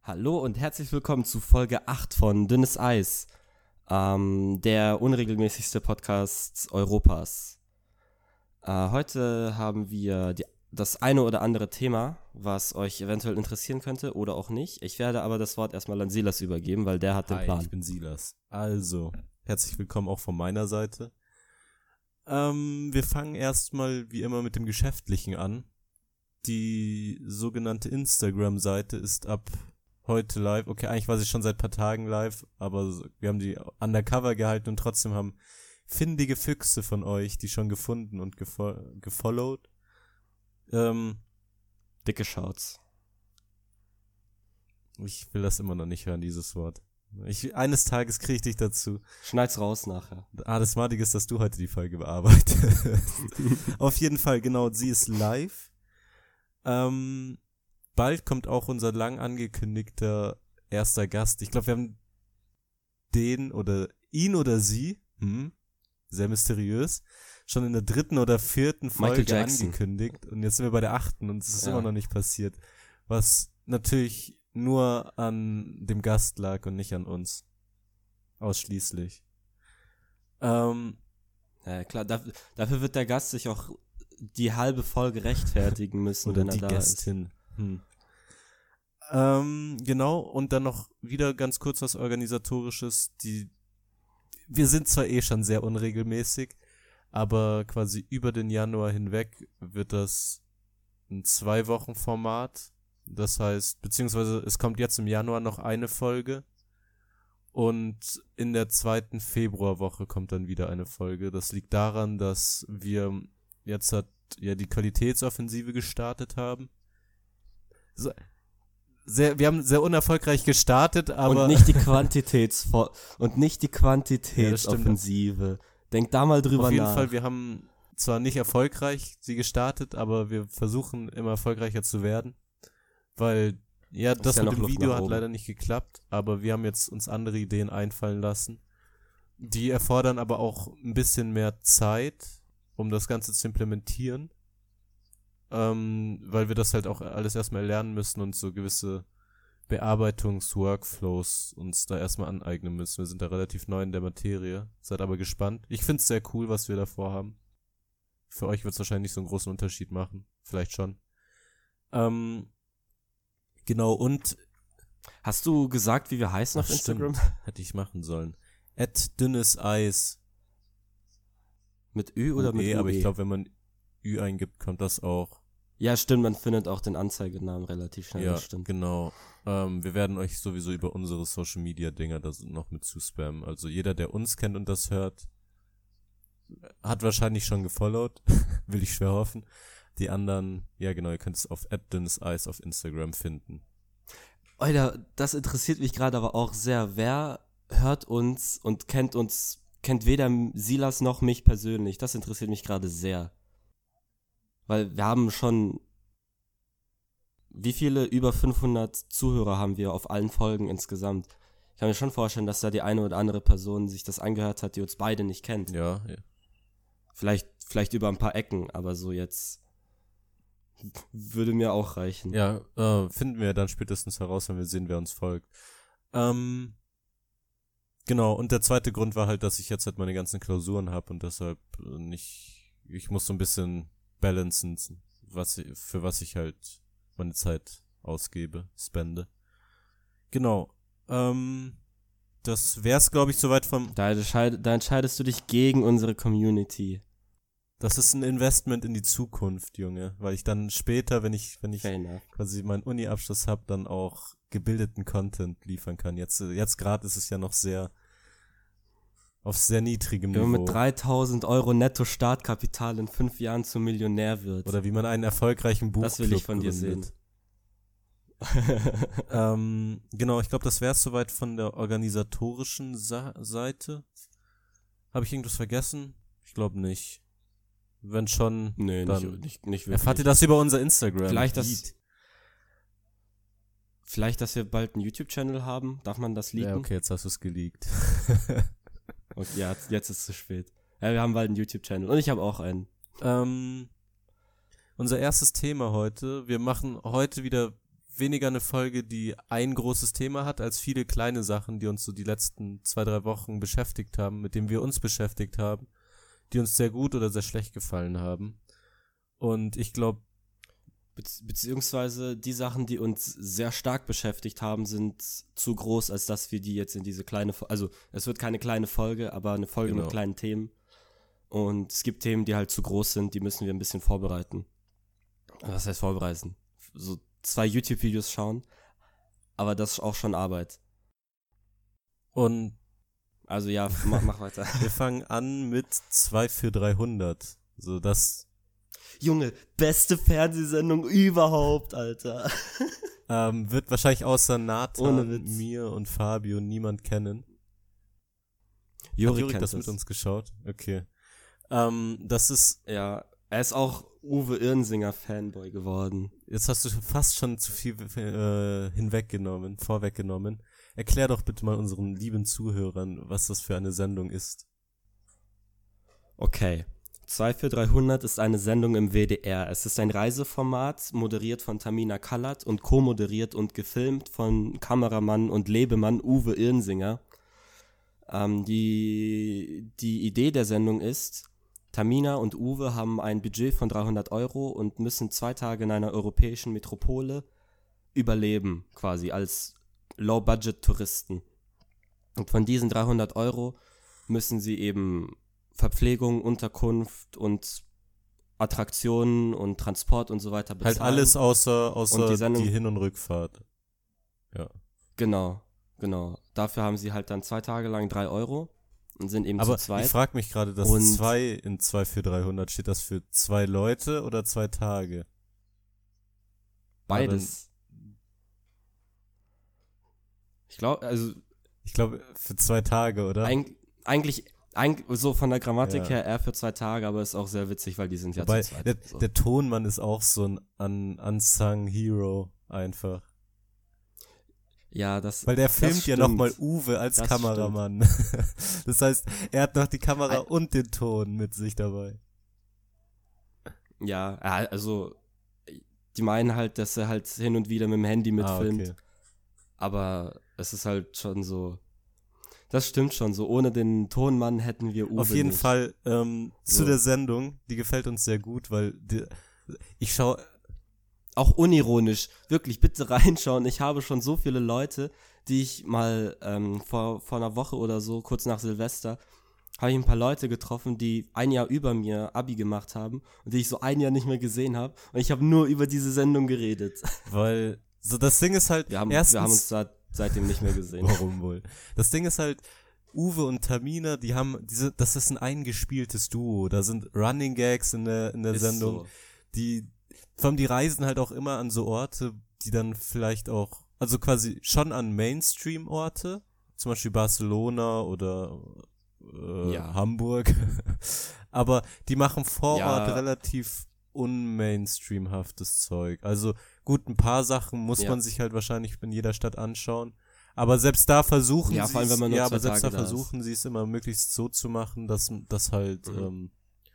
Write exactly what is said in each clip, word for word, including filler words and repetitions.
Hallo und herzlich willkommen zu Folge acht von Dünnes Eis, ähm, der unregelmäßigste Podcast Europas. Äh, heute haben wir die, das eine oder andere Thema, was euch eventuell interessieren könnte oder auch nicht. Ich werde aber das Wort erstmal an Silas übergeben, weil der hat den Hi, Plan. ich bin Silas. Also, herzlich willkommen auch von meiner Seite. Ähm, wir fangen erstmal wie immer mit dem Geschäftlichen an. Die sogenannte Instagram-Seite ist ab heute live. Okay, eigentlich war sie schon seit ein paar Tagen live, aber wir haben die undercover gehalten und trotzdem haben findige Füchse von euch die schon gefunden und gefo- gefollowt. Ähm, Dicke Shouts. ich will das immer noch nicht hören, dieses Wort. Ich, eines Tages kriege ich dich dazu. Schneid's raus nachher. Ah, das Madige ist, dass du heute die Folge bearbeitest. Auf jeden Fall, genau, sie ist live. Ähm, bald kommt auch unser lang angekündigter erster Gast. Ich glaube, wir haben den oder ihn oder sie, hm, sehr mysteriös, schon in der dritten oder vierten Folge angekündigt. Und jetzt sind wir bei der achten und es ist ja. immer noch nicht passiert. Was natürlich nur an dem Gast lag und nicht an uns. Ausschließlich. Ähm, ja, klar, dafür, dafür wird der Gast sich auch die halbe Folge rechtfertigen müssen, oder wenn er die da Gästin. Ist. Hm. Ähm, genau, und dann noch wieder ganz kurz was Organisatorisches. Die, wir sind zwar eh schon sehr unregelmäßig, aber quasi über den Januar hinweg wird das ein Zwei-Wochen-Format. Das heißt, beziehungsweise es kommt jetzt im Januar noch eine Folge und in der zweiten Februarwoche kommt dann wieder eine Folge. Das liegt daran, dass wir jetzt hat ja die Qualitätsoffensive gestartet haben. So, sehr, wir haben sehr unerfolgreich gestartet, aber und nicht die Quantitäts und nicht die Quantitätsoffensive. Ja, denk da mal drüber nach. Auf jeden nach. Fall, wir haben zwar nicht erfolgreich sie gestartet, aber wir versuchen immer erfolgreicher zu werden. Weil, ja, das, das ja mit dem Video hat leider nicht geklappt, aber wir haben jetzt uns andere Ideen einfallen lassen. Die erfordern aber auch ein bisschen mehr Zeit, um das Ganze zu implementieren. Ähm, weil wir das halt auch alles erstmal lernen müssen und so gewisse Bearbeitungs-Workflows uns da erstmal aneignen müssen. Wir sind da relativ neu in der Materie. Seid aber gespannt. Ich find's sehr cool, was wir da vorhaben. Für euch wird's wahrscheinlich nicht so einen großen Unterschied machen. Vielleicht schon. Ähm, Genau, und hast du gesagt, wie wir heißen auf Instagram? Stimmt, hätte ich machen sollen. At dünnes Eis. Mit Ü oder U E, mit U E? Aber ich glaube, wenn man Ü eingibt, kommt das auch. Ja, stimmt, man findet auch den Anzeigenamen relativ schnell. Ja, das stimmt. Genau. Ähm, wir werden euch sowieso über unsere Social-Media-Dinger da noch mit zuspammen. Also jeder, der uns kennt und das hört, hat wahrscheinlich schon gefollowt. Will ich schwer hoffen. Die anderen, ja genau, ihr könnt es auf at dünnes Eis auf Instagram finden. Alter, das interessiert mich gerade aber auch sehr. Wer hört uns und kennt uns, kennt weder Silas noch mich persönlich? Das interessiert mich gerade sehr. Weil wir haben schon, wie viele über fünfhundert Zuhörer haben wir auf allen Folgen insgesamt? Ich kann mir schon vorstellen, dass da die eine oder andere Person sich das angehört hat, die uns beide nicht kennt. Ja, ja. Vielleicht, vielleicht über ein paar Ecken, aber so jetzt würde mir auch reichen. Ja, äh, finden wir dann spätestens heraus, wenn wir sehen, wer uns folgt. Ähm, genau, und der zweite Grund war halt, dass ich jetzt halt meine ganzen Klausuren habe und deshalb nicht, ich muss so ein bisschen balancen, was, für was ich halt meine Zeit ausgebe, spende. Genau, ähm, das wär's, glaube ich, soweit vom... Da, da entscheidest du dich gegen unsere Community. Das ist ein Investment in die Zukunft, Junge, weil ich dann später, wenn ich wenn ich Fair quasi meinen Uni-Abschluss habe, dann auch gebildeten Content liefern kann. Jetzt jetzt gerade ist es ja noch sehr auf sehr niedrigem Wenn Niveau. man mit dreitausend Euro netto Startkapital in fünf Jahren zum Millionär wird. Oder wie man einen erfolgreichen Buchclub Das will ich von gründet. dir sehen. ähm, genau, ich glaube, das wäre es soweit von der organisatorischen Sa- Seite. Habe ich irgendwas vergessen? Ich glaube nicht. Wenn schon, nee, dann nicht, nicht, nicht wirklich. Erfahrt ihr das über unser Instagram. Vielleicht, dass, vielleicht, dass wir bald einen YouTube-Channel haben. Darf man das leaken? Ja, okay, jetzt hast du es geleakt. Okay, ja, jetzt ist es zu spät. Ja, wir haben bald einen YouTube-Channel. Und ich habe auch einen. Ähm, unser erstes Thema heute. Wir machen heute wieder weniger eine Folge, die ein großes Thema hat, als viele kleine Sachen, die uns so die letzten zwei, drei Wochen beschäftigt haben, mit denen wir uns beschäftigt haben, die uns sehr gut oder sehr schlecht gefallen haben. Und ich glaube, Be- beziehungsweise die Sachen, die uns sehr stark beschäftigt haben, sind zu groß, als dass wir die jetzt in diese kleine, Fo- also es wird keine kleine Folge, aber eine Folge Genau. mit kleinen Themen. Und es gibt Themen, die halt zu groß sind, die müssen wir ein bisschen vorbereiten. Was heißt vorbereiten? So zwei YouTube-Videos schauen, aber das ist auch schon Arbeit. und Also ja, mach, mach weiter. wir fangen an mit zwei für dreihundert. So, das Junge, beste Fernsehsendung überhaupt, Alter. ähm, wird wahrscheinlich außer Ohne Nathan, Witz. mir und Fabio niemand kennen. Hat Juri Juri kennt das mit uns geschaut? Okay. Ähm, das ist, Ja, er ist auch Uwe Irnsinger Fanboy geworden. jetzt hast du fast schon zu viel äh, hinweggenommen, vorweggenommen. Erklär doch bitte mal unseren lieben Zuhörern, was das für eine Sendung ist. Okay. zwei für dreihundert ist eine Sendung im W D R. Es ist ein Reiseformat, moderiert von Tamina Kallert und co-moderiert und gefilmt von Kameramann und Lebemann Uwe Irnsinger. Ähm, die, die Idee der Sendung ist, Tamina und Uwe haben ein Budget von dreihundert Euro und müssen zwei Tage in einer europäischen Metropole überleben, quasi als Low-Budget-Touristen. Und von diesen dreihundert Euro müssen sie eben Verpflegung, Unterkunft und Attraktionen und Transport und so weiter bezahlen. Halt alles außer, außer Und die die, Sendung- Hin- und Rückfahrt. Ja. Genau, genau. Dafür haben sie halt dann zwei Tage lang drei Euro und sind eben Aber zu zweit. ich frage mich gerade, das Und- zwei in zwei für dreihundert, steht das für zwei Leute oder zwei Tage? Beides. Ich glaube, also Ich glaube, für zwei Tage, oder? eig- eigentlich, eigentlich so von der Grammatik Ja. her eher für zwei Tage, aber ist auch sehr witzig, weil die sind ja Wobei, zu zweit. der, so. der Tonmann ist auch so ein un, unsung Hero einfach. Ja, das Weil der das filmt ja stimmt. nochmal Uwe als Das Kameramann. Das heißt, er hat noch die Kamera Ein- und den Ton mit sich dabei. Ja, ja, also die meinen halt, dass er halt hin und wieder mit dem Handy mitfilmt. Ah, okay. Aber es ist halt schon so. Das stimmt schon. So ohne den Tonmann hätten wir Uwe Auf jeden nicht. Fall ähm, zu So. der Sendung, die gefällt uns sehr gut, weil die, ich schaue, Auch unironisch. Wirklich, bitte reinschauen. Ich habe schon so viele Leute, die ich mal ähm, vor, vor einer Woche oder so, kurz nach Silvester, habe ich ein paar Leute getroffen, die ein Jahr über mir Abi gemacht haben und die ich so ein Jahr nicht mehr gesehen habe. Und ich habe nur über diese Sendung geredet. weil so das Ding ist halt Wir haben, erstens, wir haben uns da seitdem nicht mehr gesehen. warum wohl? Das Ding ist halt, Uwe und Tamina, die haben diese, das ist ein eingespieltes Duo. Da sind Running Gags in der in der Ist Sendung. so. Die, vor allem die reisen halt auch immer an so Orte, die dann vielleicht auch, also quasi schon an Mainstream-Orte, zum Beispiel Barcelona oder äh, Ja. Hamburg, aber die machen vor Ja. Ort relativ unmainstreamhaftes Zeug. Also gut, ein paar Sachen muss Ja. man sich halt wahrscheinlich in jeder Stadt anschauen, aber selbst da versuchen Ja, sie vor allem, wenn man nur ja, zwei aber selbst da Tage da ist. versuchen sie es immer möglichst so zu machen, dass dass halt Mhm. ähm,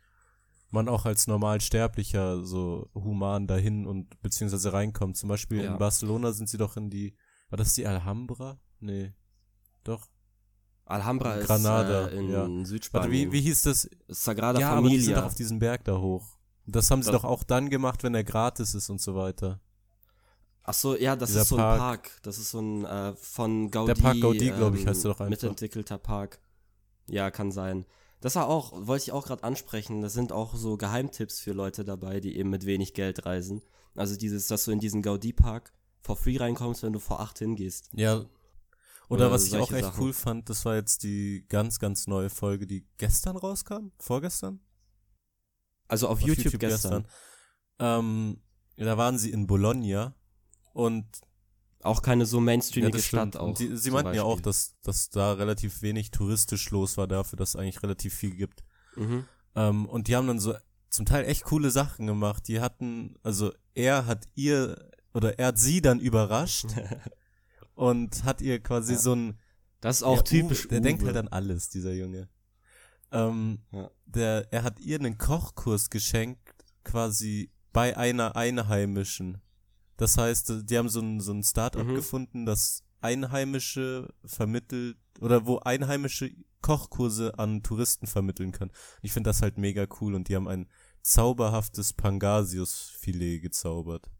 man auch als Normalsterblicher so human dahin und beziehungsweise reinkommt. Zum Beispiel Ja. in Barcelona sind sie doch in die, war das die Alhambra? Nee, doch. Alhambra ist Granada, äh, in ja. Südspanien. Warte, wie, wie hieß das? Sagrada ja, aber die sind Familia. doch auf diesem Berg da hoch. Das haben sie Das- doch auch dann gemacht, wenn er gratis ist und so weiter. Ach so, ja, das Dieser ist so Park. ein Park. Das ist so ein äh, von Gaudi, Der Park Gaudi, glaub ich, ähm, heißt der doch einfach. mitentwickelter Park. Ja, kann sein. Das war auch, wollte ich auch gerade ansprechen, das sind auch so Geheimtipps für Leute dabei, die eben mit wenig Geld reisen. Also dieses, dass du in diesen Gaudi-Park for free reinkommst, wenn du vor acht hingehst. Ja. Oder, Oder was ich auch solche echt Sachen. cool fand, das war jetzt die ganz, ganz neue Folge, die gestern rauskam? Vorgestern? Also auf, Auf YouTube, gestern. Ähm, da waren sie in Bologna und Auch keine so ja, mainstreamige das stimmt. Stadt auch. Und die, sie zum meinten ja auch, Beispiel. dass, dass da relativ wenig touristisch los war dafür, dass es eigentlich relativ viel gibt. Mhm. Ähm, und die haben dann so zum Teil echt coole Sachen gemacht. Die hatten, also er hat ihr, oder er hat sie dann überrascht und hat ihr quasi Ja. so ein Das ist auch ja, typisch Uwe, der Uwe. denkt halt an alles, dieser Junge. Ähm, Ja. der, er hat ihr einen Kochkurs geschenkt, quasi bei einer Einheimischen. Das heißt, die haben so ein, so ein Start-up Mhm. gefunden, das Einheimische vermittelt oder wo Einheimische Kochkurse an Touristen vermitteln kann. Ich finde das halt mega cool und die haben ein zauberhaftes Pangasius-Filet gezaubert.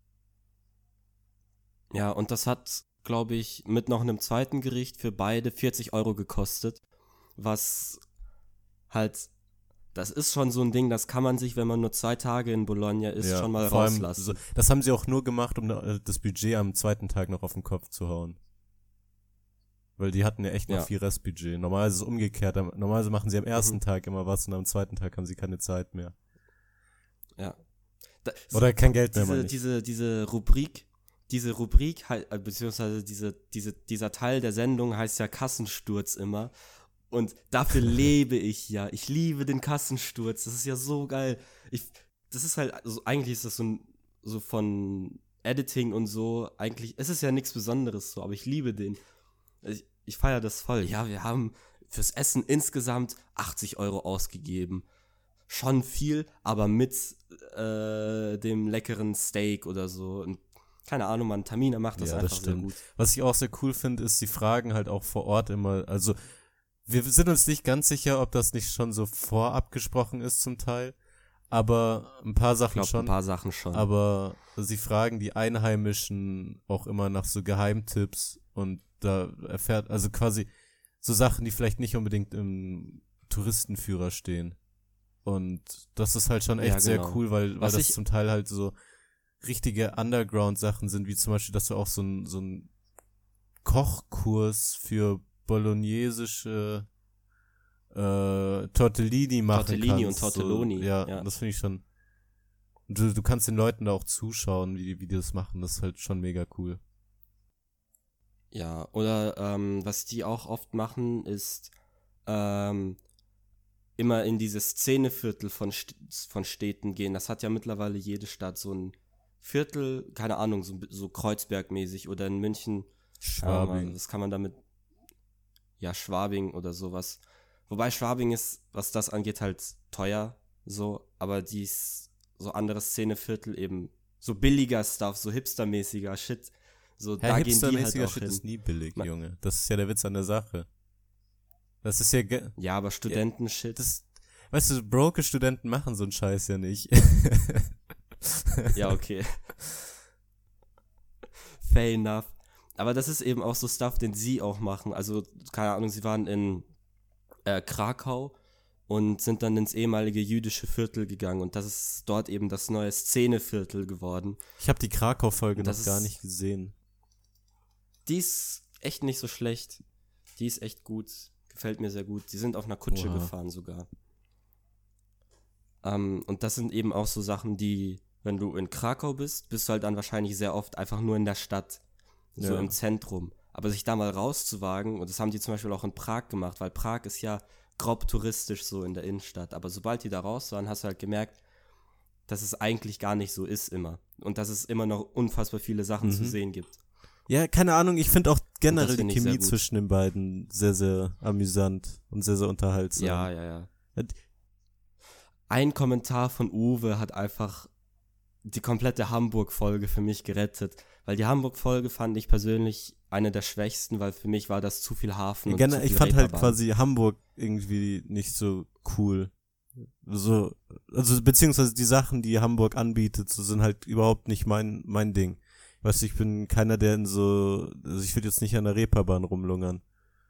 Ja, und das hat, glaube ich, mit noch einem zweiten Gericht für beide vierzig Euro gekostet, was halt, das ist schon so ein Ding, das kann man sich, wenn man nur zwei Tage in Bologna ist, Ja, schon mal vor allem rauslassen. so, das haben sie auch nur gemacht, um äh, das Budget am zweiten Tag noch auf den Kopf zu hauen. Weil die hatten ja echt noch Ja. viel Restbudget. Normalerweise ist es umgekehrt. Am- Normalerweise machen sie am ersten Mhm. Tag immer was und am zweiten Tag haben sie keine Zeit mehr. Ja. Da, Oder kein Geld mehr, diese, meine ich. diese, diese Rubrik, diese Rubrik, hei- äh, beziehungsweise diese, diese, dieser Teil der Sendung heißt ja Kassensturz immer. Und dafür lebe ich ja. Ich liebe den Kassensturz. Das ist ja so geil. Ich, das ist halt, also eigentlich ist das so, ein, so von Editing und so, eigentlich, es ist ja nichts Besonderes so, aber ich liebe den. Ich, ich feiere das voll. Ja, wir haben fürs Essen insgesamt achtzig Euro ausgegeben. Schon viel, aber mit äh, dem leckeren Steak oder so. Und keine Ahnung, man, Tamina macht das Ja, einfach das sehr stimmt. gut. Was ich auch sehr cool finde, ist, die fragen halt auch vor Ort immer, also wir sind uns nicht ganz sicher, ob das nicht schon so vorab gesprochen ist zum Teil, aber ein paar Ich Sachen glaube, schon. ein paar Sachen schon. Aber sie fragen die Einheimischen auch immer nach so Geheimtipps und da erfährt, also quasi so Sachen, die vielleicht nicht unbedingt im Touristenführer stehen. Und das ist halt schon echt Ja, sehr genau. cool, weil, weil Was das ich- zum Teil halt so richtige Underground-Sachen sind, wie zum Beispiel, dass du auch so ein, so ein Kochkurs für bolognesische äh, Tortellini machen Tortellini kannst. und Tortelloni, So, ja, ja. das finde ich schon. Du, du kannst den Leuten da auch zuschauen, wie die, wie die das machen. Das ist halt schon mega cool. Ja, oder ähm, was die auch oft machen, ist ähm, immer in dieses Szeneviertel von, St- von Städten gehen. Das hat ja mittlerweile jede Stadt so ein Viertel, keine Ahnung, so, so Kreuzberg-mäßig oder in München. Schwabing. Das kann man damit, ja, Schwabing oder sowas. Wobei Schwabing ist, was das angeht, halt teuer, so, aber dies, so anderes Szeneviertel eben, so billiger Stuff, so hipstermäßiger Shit, so, Herr da gehen die halt Hipstermäßiger auch Shit hin. ist nie billig, Ma- Junge. Das ist ja der Witz an der Sache. Das ist ja, ge- Ja, aber Studenten-Shit. das, weißt du, broke Studenten machen so einen Scheiß ja nicht. Ja, okay. Fair enough. Aber das ist eben auch so Stuff, den sie auch machen. Also, keine Ahnung, sie waren in äh, Krakau und sind dann ins ehemalige jüdische Viertel gegangen. Und das ist dort eben das neue Szeneviertel geworden. Ich habe die Krakau-Folge noch Das gar ist- nicht gesehen. Die ist echt nicht so schlecht. Die ist echt gut. Gefällt mir sehr gut. Die sind auf einer Kutsche Oha. gefahren sogar. Ähm, und das sind eben auch so Sachen, die, wenn du in Krakau bist, bist du halt dann wahrscheinlich sehr oft einfach nur in der Stadt. So Ja. im Zentrum. Aber sich da mal rauszuwagen, und das haben die zum Beispiel auch in Prag gemacht, weil Prag ist ja grob touristisch so in der Innenstadt. Aber sobald die da raus waren, hast du halt gemerkt, dass es eigentlich gar nicht so ist immer. Und dass es immer noch unfassbar viele Sachen Mhm. zu sehen gibt. Ja, keine Ahnung, ich finde auch generell die finde ich sehr Chemie gut. zwischen den beiden sehr, sehr amüsant und sehr, sehr unterhaltsam. Ja, ja, ja. Und- Ein Kommentar von Uwe hat einfach die komplette Hamburg-Folge für mich gerettet. Weil die Hamburg-Folge fand ich persönlich eine der schwächsten, weil für mich war das zu viel Hafen und Gerne, zu ich viel fand halt Reeperbahn. quasi Hamburg irgendwie nicht so cool. So, also beziehungsweise die Sachen, die Hamburg anbietet, so sind halt überhaupt nicht mein mein Ding. Weißt du, ich bin keiner, der in so, also ich würde jetzt nicht an der Reeperbahn rumlungern.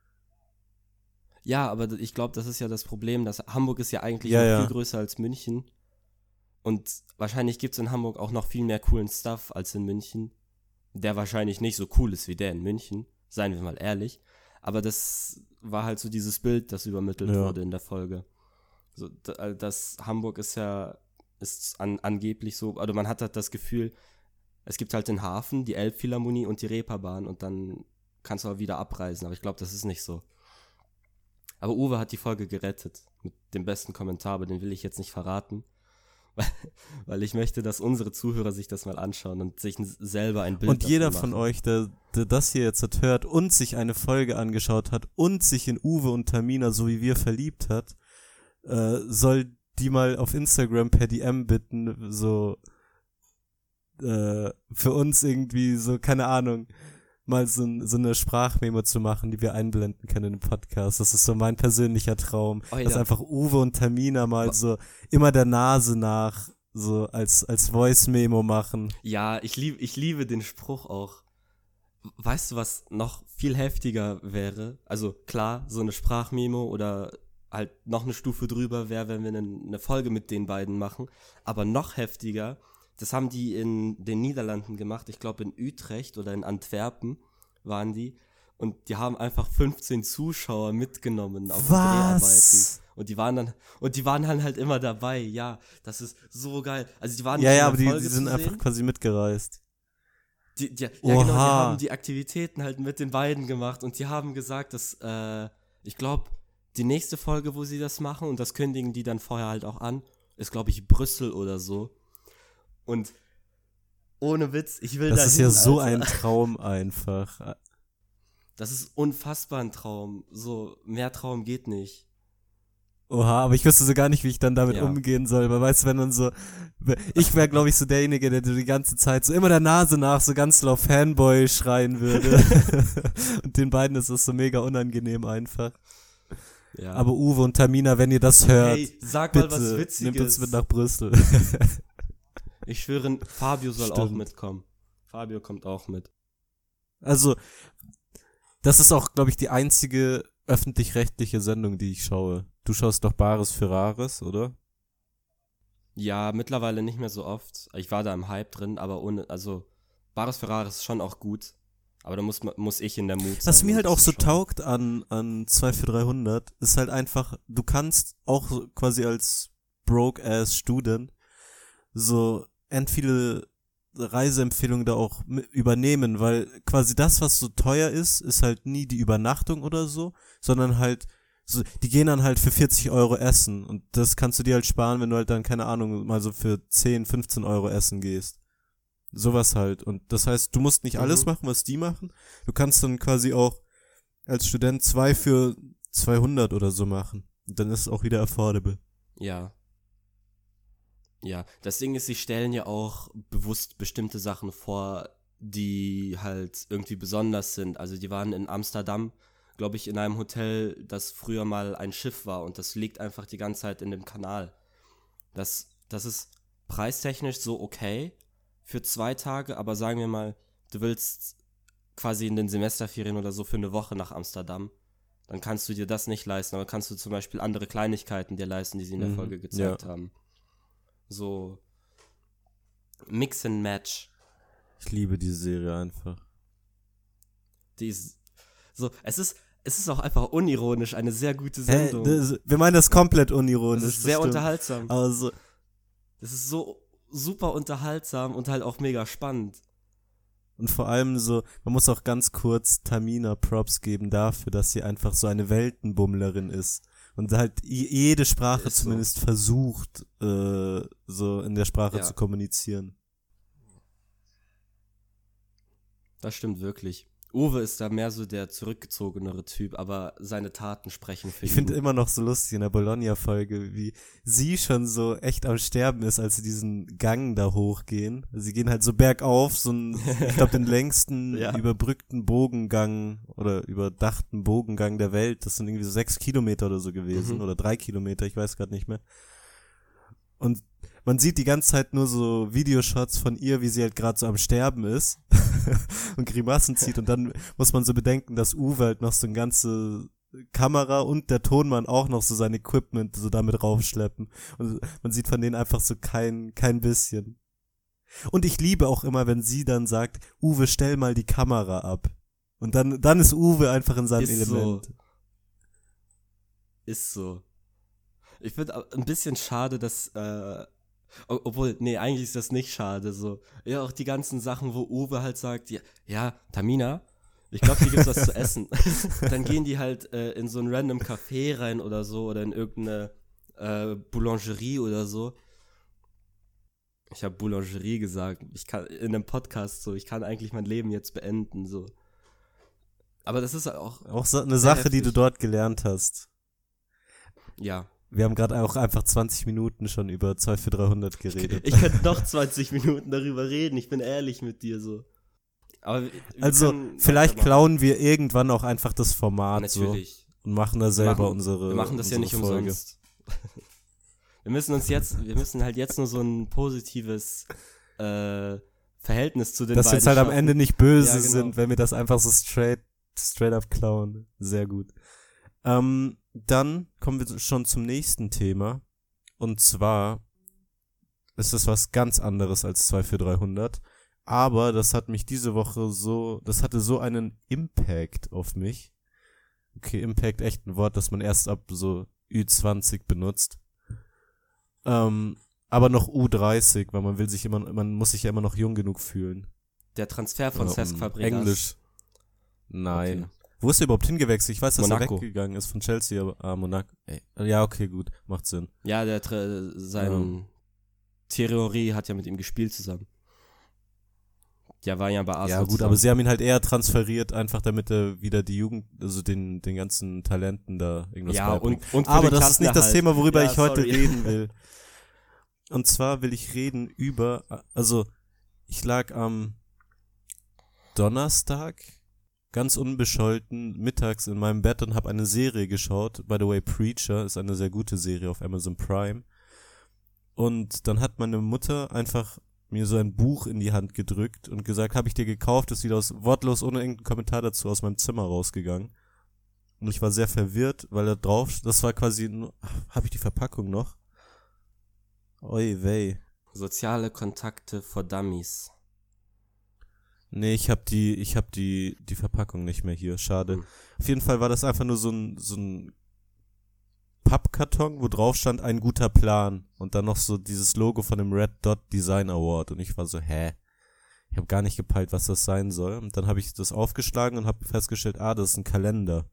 Ja, aber ich glaube, das ist ja das Problem, dass Hamburg ist ja eigentlich Ja, noch ja. viel größer als München. Und wahrscheinlich gibt es in Hamburg auch noch viel mehr coolen Stuff als in München. Der wahrscheinlich nicht so cool ist wie der in München, seien wir mal ehrlich. Aber das war halt so dieses Bild, das übermittelt Ja. wurde in der Folge. So, da- das Hamburg ist ja, ist an, angeblich so, also man hat halt das Gefühl, es gibt halt den Hafen, die Elbphilharmonie und die Reeperbahn und dann kannst du auch wieder abreisen. Aber ich glaube, das ist nicht so. Aber Uwe hat die Folge gerettet mit dem besten Kommentar, aber den will ich jetzt nicht verraten. Weil, weil ich möchte, dass unsere Zuhörer sich das mal anschauen und sich n- selber ein Bild Und jeder davon von machen. euch, der, der das hier jetzt hat hört und sich eine Folge angeschaut hat und sich in Uwe und Tamina so wie wir verliebt hat, äh, soll die mal auf Instagram per D M bitten, so äh, für uns irgendwie so, keine Ahnung, mal so, so eine Sprachmemo zu machen, die wir einblenden können im Podcast. Das ist so mein persönlicher Traum, Oh, ja. dass einfach Uwe und Tamina mal so immer der Nase nach so als, als Voice-Memo machen. Ja, ich liebe, ich liebe den Spruch auch. Weißt du, was noch viel heftiger wäre? Also klar, so eine Sprachmemo oder halt noch eine Stufe drüber wäre, wenn wir eine, eine Folge mit den beiden machen. Aber noch heftiger, das haben die in den Niederlanden gemacht. Ich glaube in Utrecht oder in Antwerpen waren die. Und die haben einfach fünfzehn Zuschauer mitgenommen auf Was? Dreharbeiten. Und die waren dann, und die waren dann halt immer dabei. Ja, das ist so geil. Also die waren Ja, nicht ja, in aber der die, Folge die sind zu einfach sehen. quasi mitgereist. Die, die, ja, genau, die Oha. haben die Aktivitäten halt mit den beiden gemacht und die haben gesagt, dass, äh, ich glaube, die nächste Folge, wo sie das machen, und das kündigen die dann vorher halt auch an, ist, glaube ich, Brüssel oder so. Und ohne Witz, ich will da Das ist hin, ja so Alter. ein Traum einfach. Das ist unfassbar ein Traum. So, mehr Traum geht nicht. Oha, aber ich wüsste so gar nicht, wie ich dann damit Ja. umgehen soll, weil weißt du, wenn dann so, ich wäre glaube ich so derjenige, der die ganze Zeit so immer der Nase nach so ganz laut Fanboy schreien würde. Und den beiden ist das so mega unangenehm einfach. Ja. Aber Uwe und Tamina, wenn ihr das hört, hey, sag mal was bitte Witziges. nehmt uns mit nach Brüssel. Ich schwöre, Fabio soll Stimmt. auch mitkommen. Fabio kommt auch mit. Also, das ist auch, glaube ich, die einzige öffentlich-rechtliche Sendung, die ich schaue. Du schaust doch Bares für Rares, oder? Ja, mittlerweile nicht mehr so oft. Ich war da im Hype drin, aber ohne, also Bares Ferraris ist schon auch gut, aber da muss, man- muss ich in der Mut sein. Was mir um halt das auch zu so schauen. taugt an, an zwei für dreihundert, ist halt einfach, du kannst auch so quasi als Broke-Ass-Student so end viele Reiseempfehlungen da auch mi- übernehmen, weil quasi das, was so teuer ist, ist halt nie die Übernachtung oder so, sondern halt so, die gehen dann halt für vierzig Euro essen und das kannst du dir halt sparen, wenn du halt dann, keine Ahnung, mal so für zehn, fünfzehn Euro essen gehst. Sowas halt. Und das heißt, du musst nicht Mhm. alles machen, was die machen. Du kannst dann quasi auch als Student zwei für zweihundert oder so machen. Und dann ist es auch wieder affordable. Ja. Ja, das Ding ist, sie stellen ja auch bewusst bestimmte Sachen vor, die halt irgendwie besonders sind. Also die waren in Amsterdam, glaube ich, in einem Hotel, das früher mal ein Schiff war und das liegt einfach die ganze Zeit in dem Kanal. Das, das ist preistechnisch so okay für zwei Tage, aber sagen wir mal, du willst quasi in den Semesterferien oder so für eine Woche nach Amsterdam, dann kannst du dir das nicht leisten, aber kannst du zum Beispiel andere Kleinigkeiten dir leisten, die sie in der Mhm, Folge gezeigt ja. haben. So Mix and Match. Ich liebe diese Serie einfach. Die ist so, es ist, es ist auch einfach unironisch eine sehr gute Hä, Sendung. das, wir meinen das komplett Das unironisch. ist sehr das stimmt. unterhaltsam. Aber so, Das ist so super unterhaltsam und halt auch mega spannend. und vor allem so, man muss auch ganz kurz Tamina Props geben dafür, dass sie einfach so eine Weltenbummlerin ist. Und halt i- jede Sprache Ist so. zumindest versucht, äh, so in der Sprache Ja. zu kommunizieren. Das stimmt wirklich. Uwe ist da mehr so der zurückgezogenere Typ, aber seine Taten sprechen für Ich ihn. finde immer noch so lustig in der Bologna-Folge, wie sie schon so echt am Sterben ist, als sie diesen Gang da hochgehen. Sie gehen halt so bergauf, so einen, ich glaube, den längsten Ja. überbrückten Bogengang oder überdachten Bogengang der Welt. Das sind irgendwie so sechs Kilometer oder so gewesen Mhm. oder drei Kilometer, ich weiß gerade nicht mehr. Und man sieht die ganze Zeit nur so Videoshots von ihr, wie sie halt gerade so am Sterben ist und Grimassen zieht. Und dann muss man so bedenken, dass Uwe halt noch so eine ganze Kamera und der Tonmann auch noch so sein Equipment so damit raufschleppen. Und man sieht von denen einfach so kein, kein bisschen. Und ich liebe auch immer, wenn sie dann sagt, Uwe, stell mal die Kamera ab. Und dann, dann ist Uwe einfach in seinem Ist so. Element. Ist so. Ich finde ein bisschen schade, dass, äh, o- obwohl, nee, eigentlich ist das nicht schade, so. Ja, auch die ganzen Sachen, wo Uwe halt sagt, ja, ja Tamina, ich glaube, hier gibt's was zu essen. Dann gehen die halt äh, in so ein random Café rein oder so, oder in irgendeine äh, Boulangerie oder so. Ich habe Boulangerie gesagt, ich kann, in einem Podcast so, ich kann eigentlich mein Leben jetzt beenden, so. Aber das ist auch, Auch so eine Sehr Sache, die du heftig. dort gelernt hast. ja, Wir haben gerade auch einfach zwanzig Minuten schon über zwei für dreihundert geredet. Ich, ich könnte noch zwanzig Minuten darüber reden, ich bin ehrlich mit dir so. Aber wir, wir also, vielleicht klauen wir irgendwann auch einfach das Format Natürlich. so und machen da selber machen, unsere Wir machen das ja nicht Folge. umsonst. Wir müssen uns jetzt, wir müssen halt jetzt nur so ein positives äh, Verhältnis zu den Dass beiden jetzt halt schaffen. am Ende nicht böse Ja, genau. sind, wenn wir das einfach so straight, straight up klauen. Sehr gut. Ähm, dann kommen wir schon zum nächsten Thema. Und zwar ist es was ganz anderes als zwei für dreihundert. Aber das hat mich diese Woche so, das hatte so einen Impact auf mich. Okay, Impact, echt ein Wort, das man erst ab so Ü zwanzig benutzt. Ähm, aber noch U dreißig, weil man will sich immer, man muss sich ja immer noch jung genug fühlen. Der Transfer von Ja, Cesc um Fabregas. Englisch. Nein. Okay. Wo ist er überhaupt hingewechselt? Ich weiß, dass Monaco. er weggegangen ist von Chelsea, aber ah, Monaco. Ey. Ja, okay, gut, macht Sinn. Ja, der Tra- sein Ähm. Thierry hat ja mit ihm gespielt zusammen. Ja, war ja bei Arsenal Ja, gut, zusammen. aber sie haben ihn halt eher transferiert, einfach damit er wieder die Jugend, also den, den ganzen Talenten da irgendwas Ja, beibringt. und, und für Aber den das ist nicht das Klassenerhalt. Thema, worüber Ja, ich heute sorry. reden will. Und zwar will ich reden über, also ich lag am Donnerstag ganz unbescholten mittags in meinem Bett und habe eine Serie geschaut. By the way, Preacher ist eine sehr gute Serie auf Amazon Prime. Und dann hat meine Mutter einfach mir so ein Buch in die Hand gedrückt und gesagt, habe ich dir gekauft, ist wieder aus, wortlos ohne irgendeinen Kommentar dazu aus meinem Zimmer rausgegangen. Und ich war sehr verwirrt, weil da drauf, das war quasi, habe ich die Verpackung noch? Oi, wei. Soziale Kontakte for Dummies. Nee, ich hab die, ich hab die, die Verpackung nicht mehr hier, schade. Hm. Auf jeden Fall war das einfach nur so ein, so ein Pappkarton, wo drauf stand, ein guter Plan. Und dann noch so dieses Logo von dem Red Dot Design Award. Und ich war so, hä? Ich habe gar nicht gepeilt, was das sein soll. Und dann habe ich das aufgeschlagen und habe festgestellt, ah, das ist ein Kalender.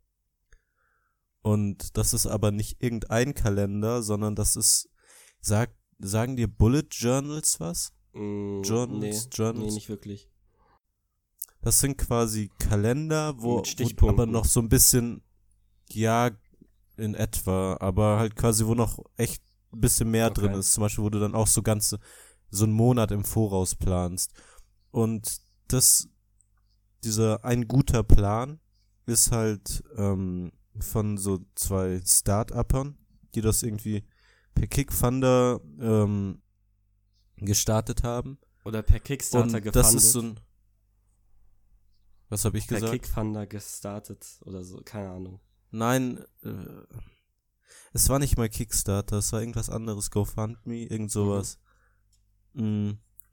Und das ist aber nicht irgendein Kalender, sondern das ist, sag, sagen dir Bullet Journals was? Mm, Journals, nee, Journals? nee, nicht wirklich. Das sind quasi Kalender, wo, Mit wo Stichpunkten. aber noch so ein bisschen, ja, in etwa, aber halt quasi, wo noch echt ein bisschen mehr Okay. drin ist. Zum Beispiel, wo du dann auch so ganze, so einen Monat im Voraus planst. Und das, dieser ein guter Plan ist halt ähm, von so zwei Start-Uppern, die das irgendwie per Kickfunder ähm, gestartet haben. Oder per Kickstarter Und gefundet. das ist so ein, was habe ich per gesagt? Kickfunder gestartet oder so, keine Ahnung. Nein, äh, es war nicht mal Kickstarter, es war irgendwas anderes, GoFundMe, irgend sowas. Mhm.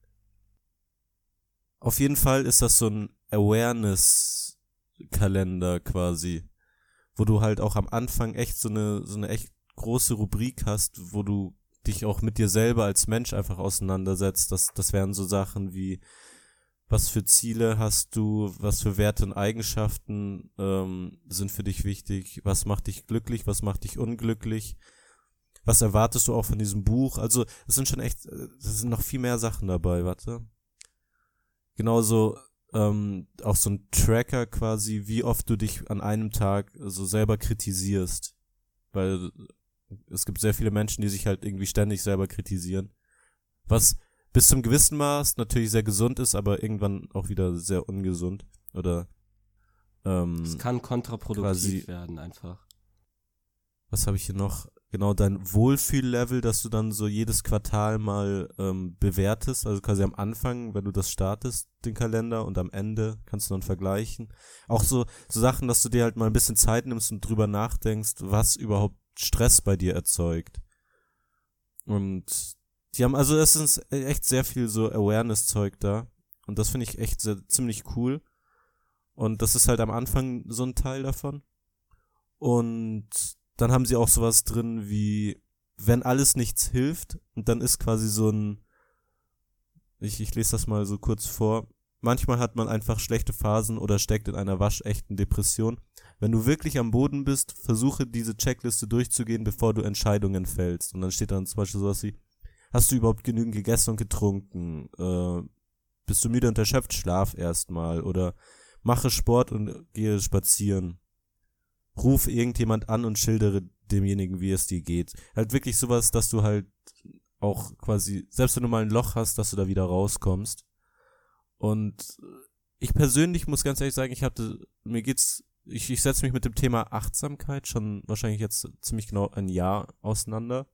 Auf jeden Fall ist das so ein Awareness-Kalender quasi, wo du halt auch am Anfang echt so eine, so eine echt große Rubrik hast, wo du dich auch mit dir selber als Mensch einfach auseinandersetzt. Das, das wären so Sachen wie, was für Ziele hast du, was für Werte und Eigenschaften ähm, sind für dich wichtig, was macht dich glücklich, was macht dich unglücklich, was erwartest du auch von diesem Buch, also es sind schon echt, es sind noch viel mehr Sachen dabei, warte. Genauso ähm, auch so ein Tracker quasi, wie oft du dich an einem Tag so selber kritisierst, weil es gibt sehr viele Menschen, die sich halt irgendwie ständig selber kritisieren, was bis zum gewissen Maß natürlich sehr gesund ist, aber irgendwann auch wieder sehr ungesund. Oder ähm, Es kann kontraproduktiv quasi- werden einfach. was habe ich hier noch? Genau, dein Wohlfühllevel, dass du dann so jedes Quartal mal ähm, bewertest, also quasi am Anfang, wenn du das startest, den Kalender, und am Ende kannst du dann vergleichen. Auch so, so Sachen, dass du dir halt mal ein bisschen Zeit nimmst und drüber nachdenkst, was überhaupt Stress bei dir erzeugt. Und die haben, also es ist echt sehr viel so Awareness-Zeug da. Und das finde ich echt sehr, ziemlich cool. Und das ist halt am Anfang so ein Teil davon. Und dann haben sie auch sowas drin wie, wenn alles nichts hilft, und dann ist quasi so ein, ich, ich lese das mal so kurz vor, manchmal hat man einfach schlechte Phasen oder steckt in einer waschechten Depression. Wenn du wirklich am Boden bist, versuche diese Checkliste durchzugehen, bevor du Entscheidungen fällst. Und dann steht dann zum Beispiel sowas wie, hast du überhaupt genügend gegessen und getrunken? Äh, bist du müde und erschöpft? Schlaf erstmal. Oder mache Sport und gehe spazieren. ruf irgendjemand an und schildere demjenigen, wie es dir geht. Halt wirklich sowas, dass du halt auch quasi, selbst wenn du mal ein Loch hast, dass du da wieder rauskommst. Und ich persönlich muss ganz ehrlich sagen, ich hatte, mir geht's, ich, ich setze mich mit dem Thema Achtsamkeit schon wahrscheinlich jetzt ziemlich genau ein Jahr auseinander.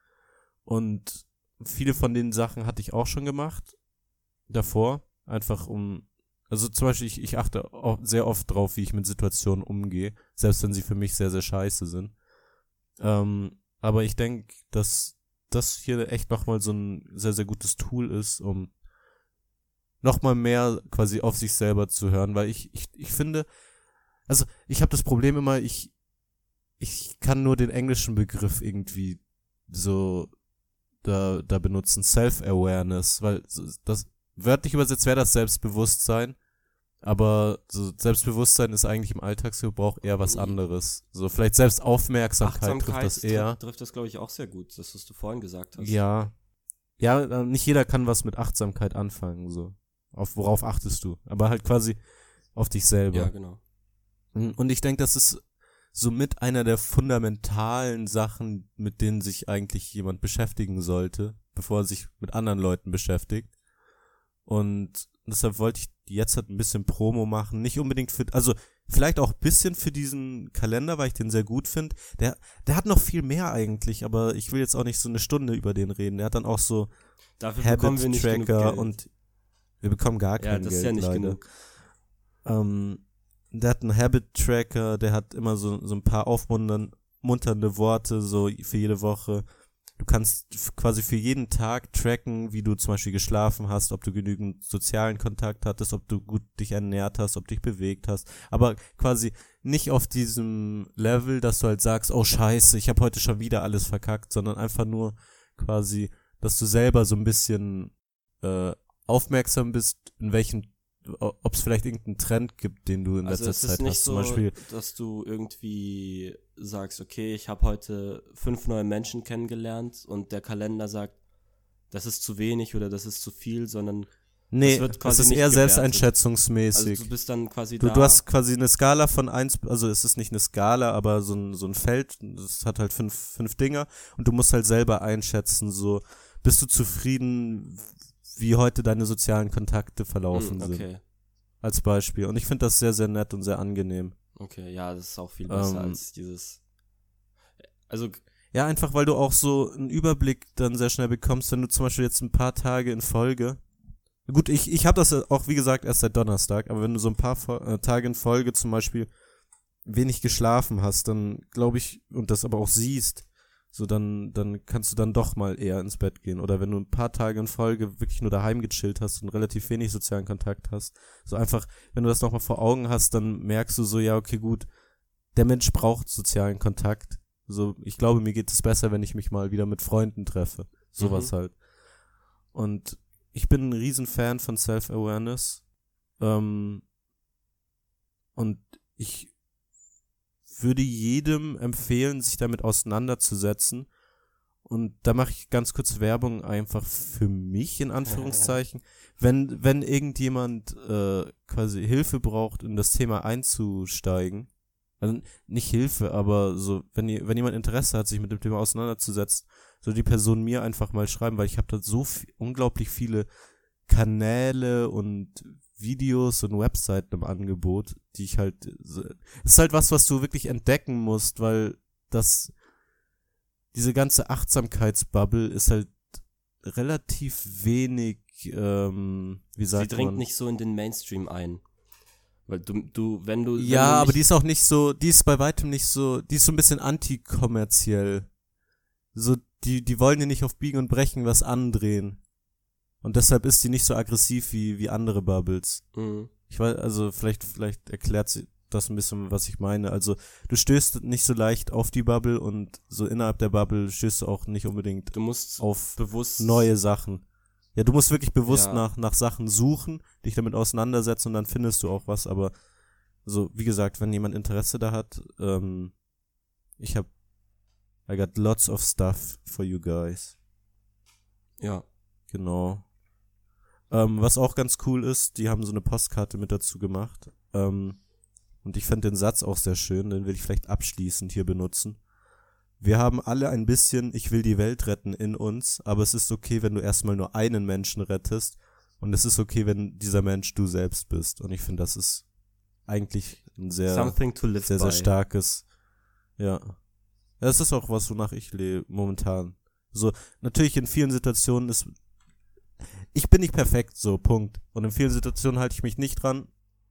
Und viele von den Sachen hatte ich auch schon gemacht davor, einfach um, also zum Beispiel, ich, ich achte auch sehr oft drauf, wie ich mit Situationen umgehe, selbst wenn sie für mich sehr, sehr scheiße sind. Ähm, aber ich denke, dass das hier echt nochmal so ein sehr, sehr gutes Tool ist, um nochmal mehr quasi auf sich selber zu hören, weil ich, ich, ich finde, also ich habe das Problem immer, ich, ich kann nur den englischen Begriff irgendwie so da, da benutzen, Self-Awareness, weil das wörtlich übersetzt wäre das Selbstbewusstsein, aber so Selbstbewusstsein ist eigentlich im Alltagsgebrauch eher was anderes. So vielleicht Selbstaufmerksamkeit Achtsamkeit trifft das eher. Trifft, trifft das, glaube ich, auch sehr gut, das, was du vorhin gesagt hast. Ja. Ja, nicht jeder kann was mit Achtsamkeit anfangen, so. Auf worauf achtest du? Aber halt quasi auf dich selber. Ja, genau. Und ich denke, das ist somit einer der fundamentalen Sachen, mit denen sich eigentlich jemand beschäftigen sollte, bevor er sich mit anderen Leuten beschäftigt. Und deshalb wollte ich jetzt halt ein bisschen Promo machen. Nicht unbedingt für, also vielleicht auch ein bisschen für diesen Kalender, weil ich den sehr gut finde. Der, der hat noch viel mehr eigentlich, aber ich will jetzt auch nicht so eine Stunde über den reden. Der hat dann auch so Dafür bekommen wir nicht genug Habit-Tracker Geld. und wir bekommen gar kein Geld. Ja, das ist ja nicht leider. genug. Ähm, der hat einen Habit-Tracker, der hat immer so, so ein paar aufmunternde Worte, so für jede Woche. Du kannst f- quasi für jeden Tag tracken, wie du zum Beispiel geschlafen hast, ob du genügend sozialen Kontakt hattest, ob du gut dich ernährt hast, ob du dich bewegt hast. Aber quasi nicht auf diesem Level, dass du halt sagst, oh scheiße, ich habe heute schon wieder alles verkackt, sondern einfach nur quasi, dass du selber so ein bisschen äh, aufmerksam bist, in welchem, ob es vielleicht irgendeinen Trend gibt, den du in Also letzter es ist Zeit nicht hast. so, Zum Beispiel, dass du irgendwie sagst, okay, ich habe heute fünf neue Menschen kennengelernt und der Kalender sagt, das ist zu wenig oder das ist zu viel, sondern nee, wird es quasi ist nicht eher gewertet. selbsteinschätzungsmäßig. also du bist dann quasi Du, da. du hast quasi eine Skala von eins, also es ist nicht eine Skala, aber so ein, so ein Feld, das hat halt fünf, fünf Dinger und du musst halt selber einschätzen, so, bist du zufrieden, wie heute deine sozialen Kontakte verlaufen Hm, sind, okay, als Beispiel. Und ich finde das sehr, sehr nett und sehr angenehm. okay, ja, das ist auch viel besser Ähm, als dieses. Also Ja, einfach weil du auch so einen Überblick dann sehr schnell bekommst, wenn du zum Beispiel jetzt ein paar Tage in Folge, gut, ich, ich habe das ja auch, wie gesagt, erst seit Donnerstag, aber wenn du so ein paar Fo- äh, Tage in Folge zum Beispiel wenig geschlafen hast, dann glaube ich, und das aber auch siehst, so dann, dann kannst du dann doch mal eher ins Bett gehen. Oder wenn du ein paar Tage in Folge wirklich nur daheim gechillt hast und relativ wenig sozialen Kontakt hast, so einfach, wenn du das nochmal vor Augen hast, dann merkst du so, ja, okay, gut, der Mensch braucht sozialen Kontakt. So, ich glaube, mir geht es besser, wenn ich mich mal wieder mit Freunden treffe. Sowas Mhm. halt. Und ich bin ein Riesenfan von Self-Awareness. Ähm, und ich würde jedem empfehlen, sich damit auseinanderzusetzen. Und da mache ich ganz kurz Werbung einfach für mich, in Anführungszeichen. Wenn, wenn irgendjemand äh, quasi Hilfe braucht, in das Thema einzusteigen, also nicht Hilfe, aber so, wenn, ihr, wenn jemand Interesse hat, sich mit dem Thema auseinanderzusetzen, soll die Person mir einfach mal schreiben, weil ich habe da so viel, unglaublich viele Kanäle und Videos und Webseiten im Angebot, die ich halt, so, es ist halt was, was du wirklich entdecken musst, weil das, diese ganze Achtsamkeitsbubble ist halt relativ wenig, ähm, wie sie sagt dringt man? nicht so in den Mainstream ein. Weil du, du, wenn du. wenn Ja, du aber nicht, die ist auch nicht so, die ist bei weitem nicht so, die ist so ein bisschen antikommerziell. So, die, die wollen dir nicht auf Biegen und Brechen was andrehen. Und deshalb ist die nicht so aggressiv wie, wie andere Bubbles. Mhm. Ich weiß, also vielleicht, vielleicht erklärt sie das ein bisschen, was ich meine. Also, du stößt nicht so leicht auf die Bubble und so innerhalb der Bubble stößt du auch nicht unbedingt Du musst auf bewusst. neue Sachen. Ja, du musst wirklich bewusst Ja. nach, nach Sachen suchen, dich damit auseinandersetzen und dann findest du auch was, aber so, wie gesagt, wenn jemand Interesse da hat, ähm, ich hab, I got lots of stuff for you guys. Ja. Genau. Ähm, was auch ganz cool ist, die haben so eine Postkarte mit dazu gemacht. Ähm, und ich fand den Satz auch sehr schön, den will ich vielleicht abschließend hier benutzen. Wir haben alle ein bisschen Ich will die Welt retten in uns, aber es ist okay, wenn du erstmal nur einen Menschen rettest und es ist okay, wenn dieser Mensch du selbst bist. Und ich finde, das ist eigentlich ein sehr, Something to live sehr, sehr by. starkes, ja. Das ist auch was, wonach ich lebe momentan. So, natürlich in vielen Situationen ist, ich bin nicht perfekt, so, Punkt. Und in vielen Situationen halte ich mich nicht dran.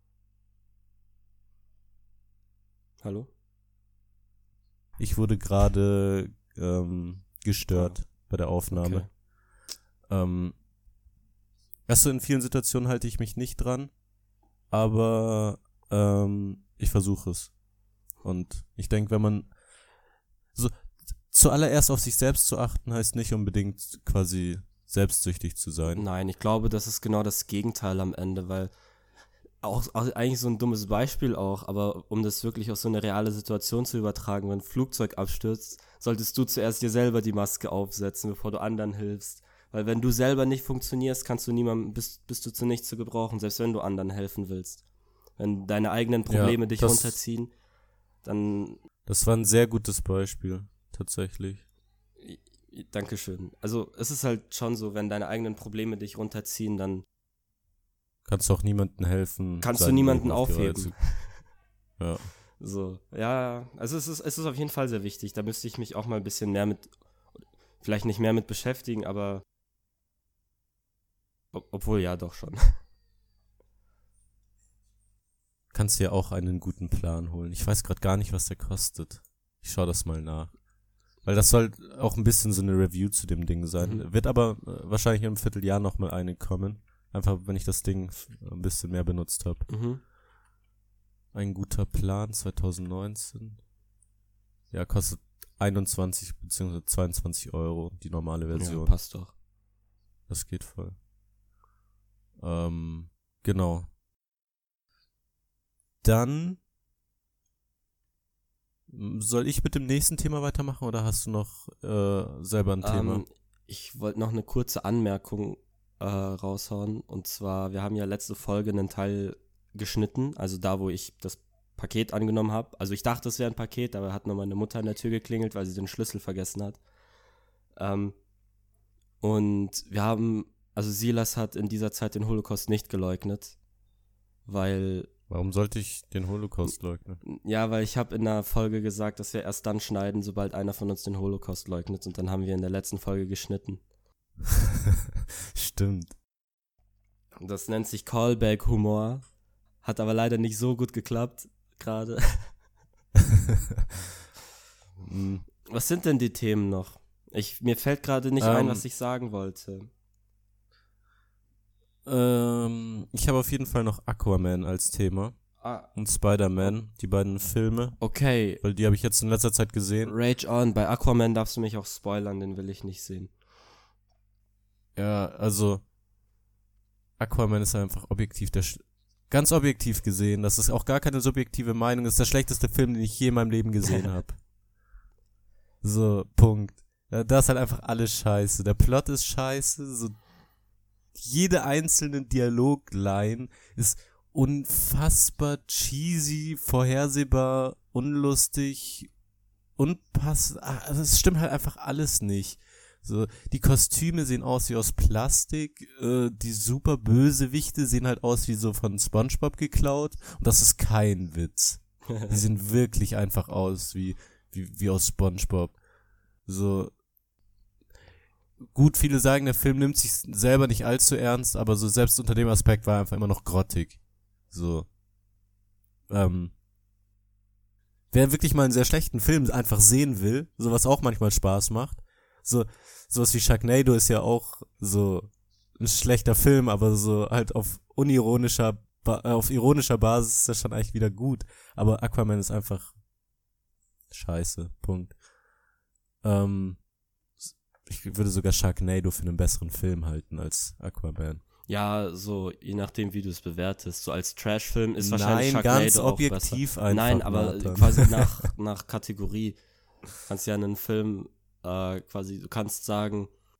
Hallo? Ich wurde gerade ähm, gestört Ah, bei der Aufnahme. okay. Ähm, also in vielen Situationen halte ich mich nicht dran, aber ähm, ich versuche es. Und ich denke, wenn man so zuallererst auf sich selbst zu achten, heißt nicht unbedingt quasi selbstsüchtig zu sein. Nein, ich glaube, das ist genau das Gegenteil am Ende, weil auch, auch eigentlich so ein dummes Beispiel auch, aber um das wirklich auf so eine reale Situation zu übertragen, wenn ein Flugzeug abstürzt, solltest du zuerst dir selber die Maske aufsetzen, bevor du anderen hilfst. Weil wenn du selber nicht funktionierst, kannst du niemandem, bist, bist du zu nichts zu gebrauchen, selbst wenn du anderen helfen willst. Wenn deine eigenen Probleme Ja, dich das- runterziehen, dann Das war ein sehr gutes Beispiel, tatsächlich. Dankeschön. Also es ist halt schon so, wenn deine eigenen Probleme dich runterziehen, dann Kannst du auch niemandem helfen. kannst du sein niemanden Leben auf die Reihe aufheben. zu- Ja. So, ja, also es ist, es ist auf jeden Fall sehr wichtig. Da müsste ich mich auch mal ein bisschen mehr mit, vielleicht nicht mehr mit beschäftigen, aber ob, obwohl ja, doch schon. Kannst dir auch einen guten Plan holen. Ich weiß gerade gar nicht, was der kostet. Ich schau das mal nach. Weil das soll auch ein bisschen so eine Review zu dem Ding sein. Mhm. Wird aber äh, wahrscheinlich in einem Vierteljahr nochmal eine kommen. Einfach, wenn ich das Ding f- ein bisschen mehr benutzt habe. Mhm. Ein guter Plan zwanzig neunzehn. Ja, kostet einundzwanzig bzw. zweiundzwanzig Euro, die normale Ja, Version. passt doch. Das geht voll. Ähm, genau. Dann m, soll ich mit dem nächsten Thema weitermachen oder hast du noch äh, selber ein Thema? Ähm, ich wollte noch eine kurze Anmerkung äh, raushauen. Und zwar, wir haben ja letzte Folge einen Teil geschnitten, also da, wo ich das Paket angenommen habe. Also ich dachte, es wäre ein Paket, aber hat noch meine Mutter an der Tür geklingelt, weil sie den Schlüssel vergessen hat. Ähm, und wir haben, also Silas hat in dieser Zeit den Holocaust nicht geleugnet, weil, Warum sollte ich den Holocaust leugnen? ja, weil ich habe in der Folge gesagt, dass wir erst dann schneiden, sobald einer von uns den Holocaust leugnet. Und dann haben wir in der letzten Folge geschnitten. Stimmt. Das nennt sich Callback-Humor. Hat aber leider nicht so gut geklappt, gerade. Hm, Was sind denn die Themen noch? Ich, mir fällt gerade nicht Ähm, ein, was ich sagen wollte. ähm, ich habe auf jeden Fall noch Aquaman als Thema Ah, und Spider-Man, die beiden Filme, okay. weil die habe ich jetzt in letzter Zeit gesehen. Rage on. Bei Aquaman darfst du mich auch spoilern, den will ich nicht sehen. Ja, also Aquaman ist einfach objektiv der sch- ganz objektiv gesehen, das ist auch gar keine subjektive Meinung, das ist der schlechteste Film, den ich je in meinem Leben gesehen habe. So, Punkt. Ja, da ist halt einfach alles scheiße. Der Plot ist scheiße, so jede einzelne Dialogline ist unfassbar cheesy, vorhersehbar, unlustig, unpassend. Also es stimmt halt einfach alles nicht. So, die Kostüme sehen aus wie aus Plastik, äh, die super Bösewichte sehen halt aus wie so von SpongeBob geklaut und das ist kein Witz. Die sehen wirklich einfach aus wie, wie, wie aus SpongeBob. So, gut, viele sagen, der Film nimmt sich selber nicht allzu ernst, aber so selbst unter dem Aspekt war er einfach immer noch grottig. So, ähm, wer wirklich mal einen sehr schlechten Film einfach sehen will, sowas auch manchmal Spaß macht, so, sowas wie Sharknado ist ja auch so ein schlechter Film, aber so halt auf unironischer, ba- äh, auf ironischer Basis ist das schon eigentlich wieder gut. Aber Aquaman ist einfach scheiße, Punkt. Ähm, ich würde sogar Sharknado für einen besseren Film halten als Aquaman. Ja, so, je nachdem, wie du es bewertest. So als Trash-Film ist wahrscheinlich Nein, Sharknado ganz auch objektiv besser. einfach. Nein, aber Nathan. quasi nach, nach Kategorie. Du kannst ja einen Film äh, quasi, du kannst sagen,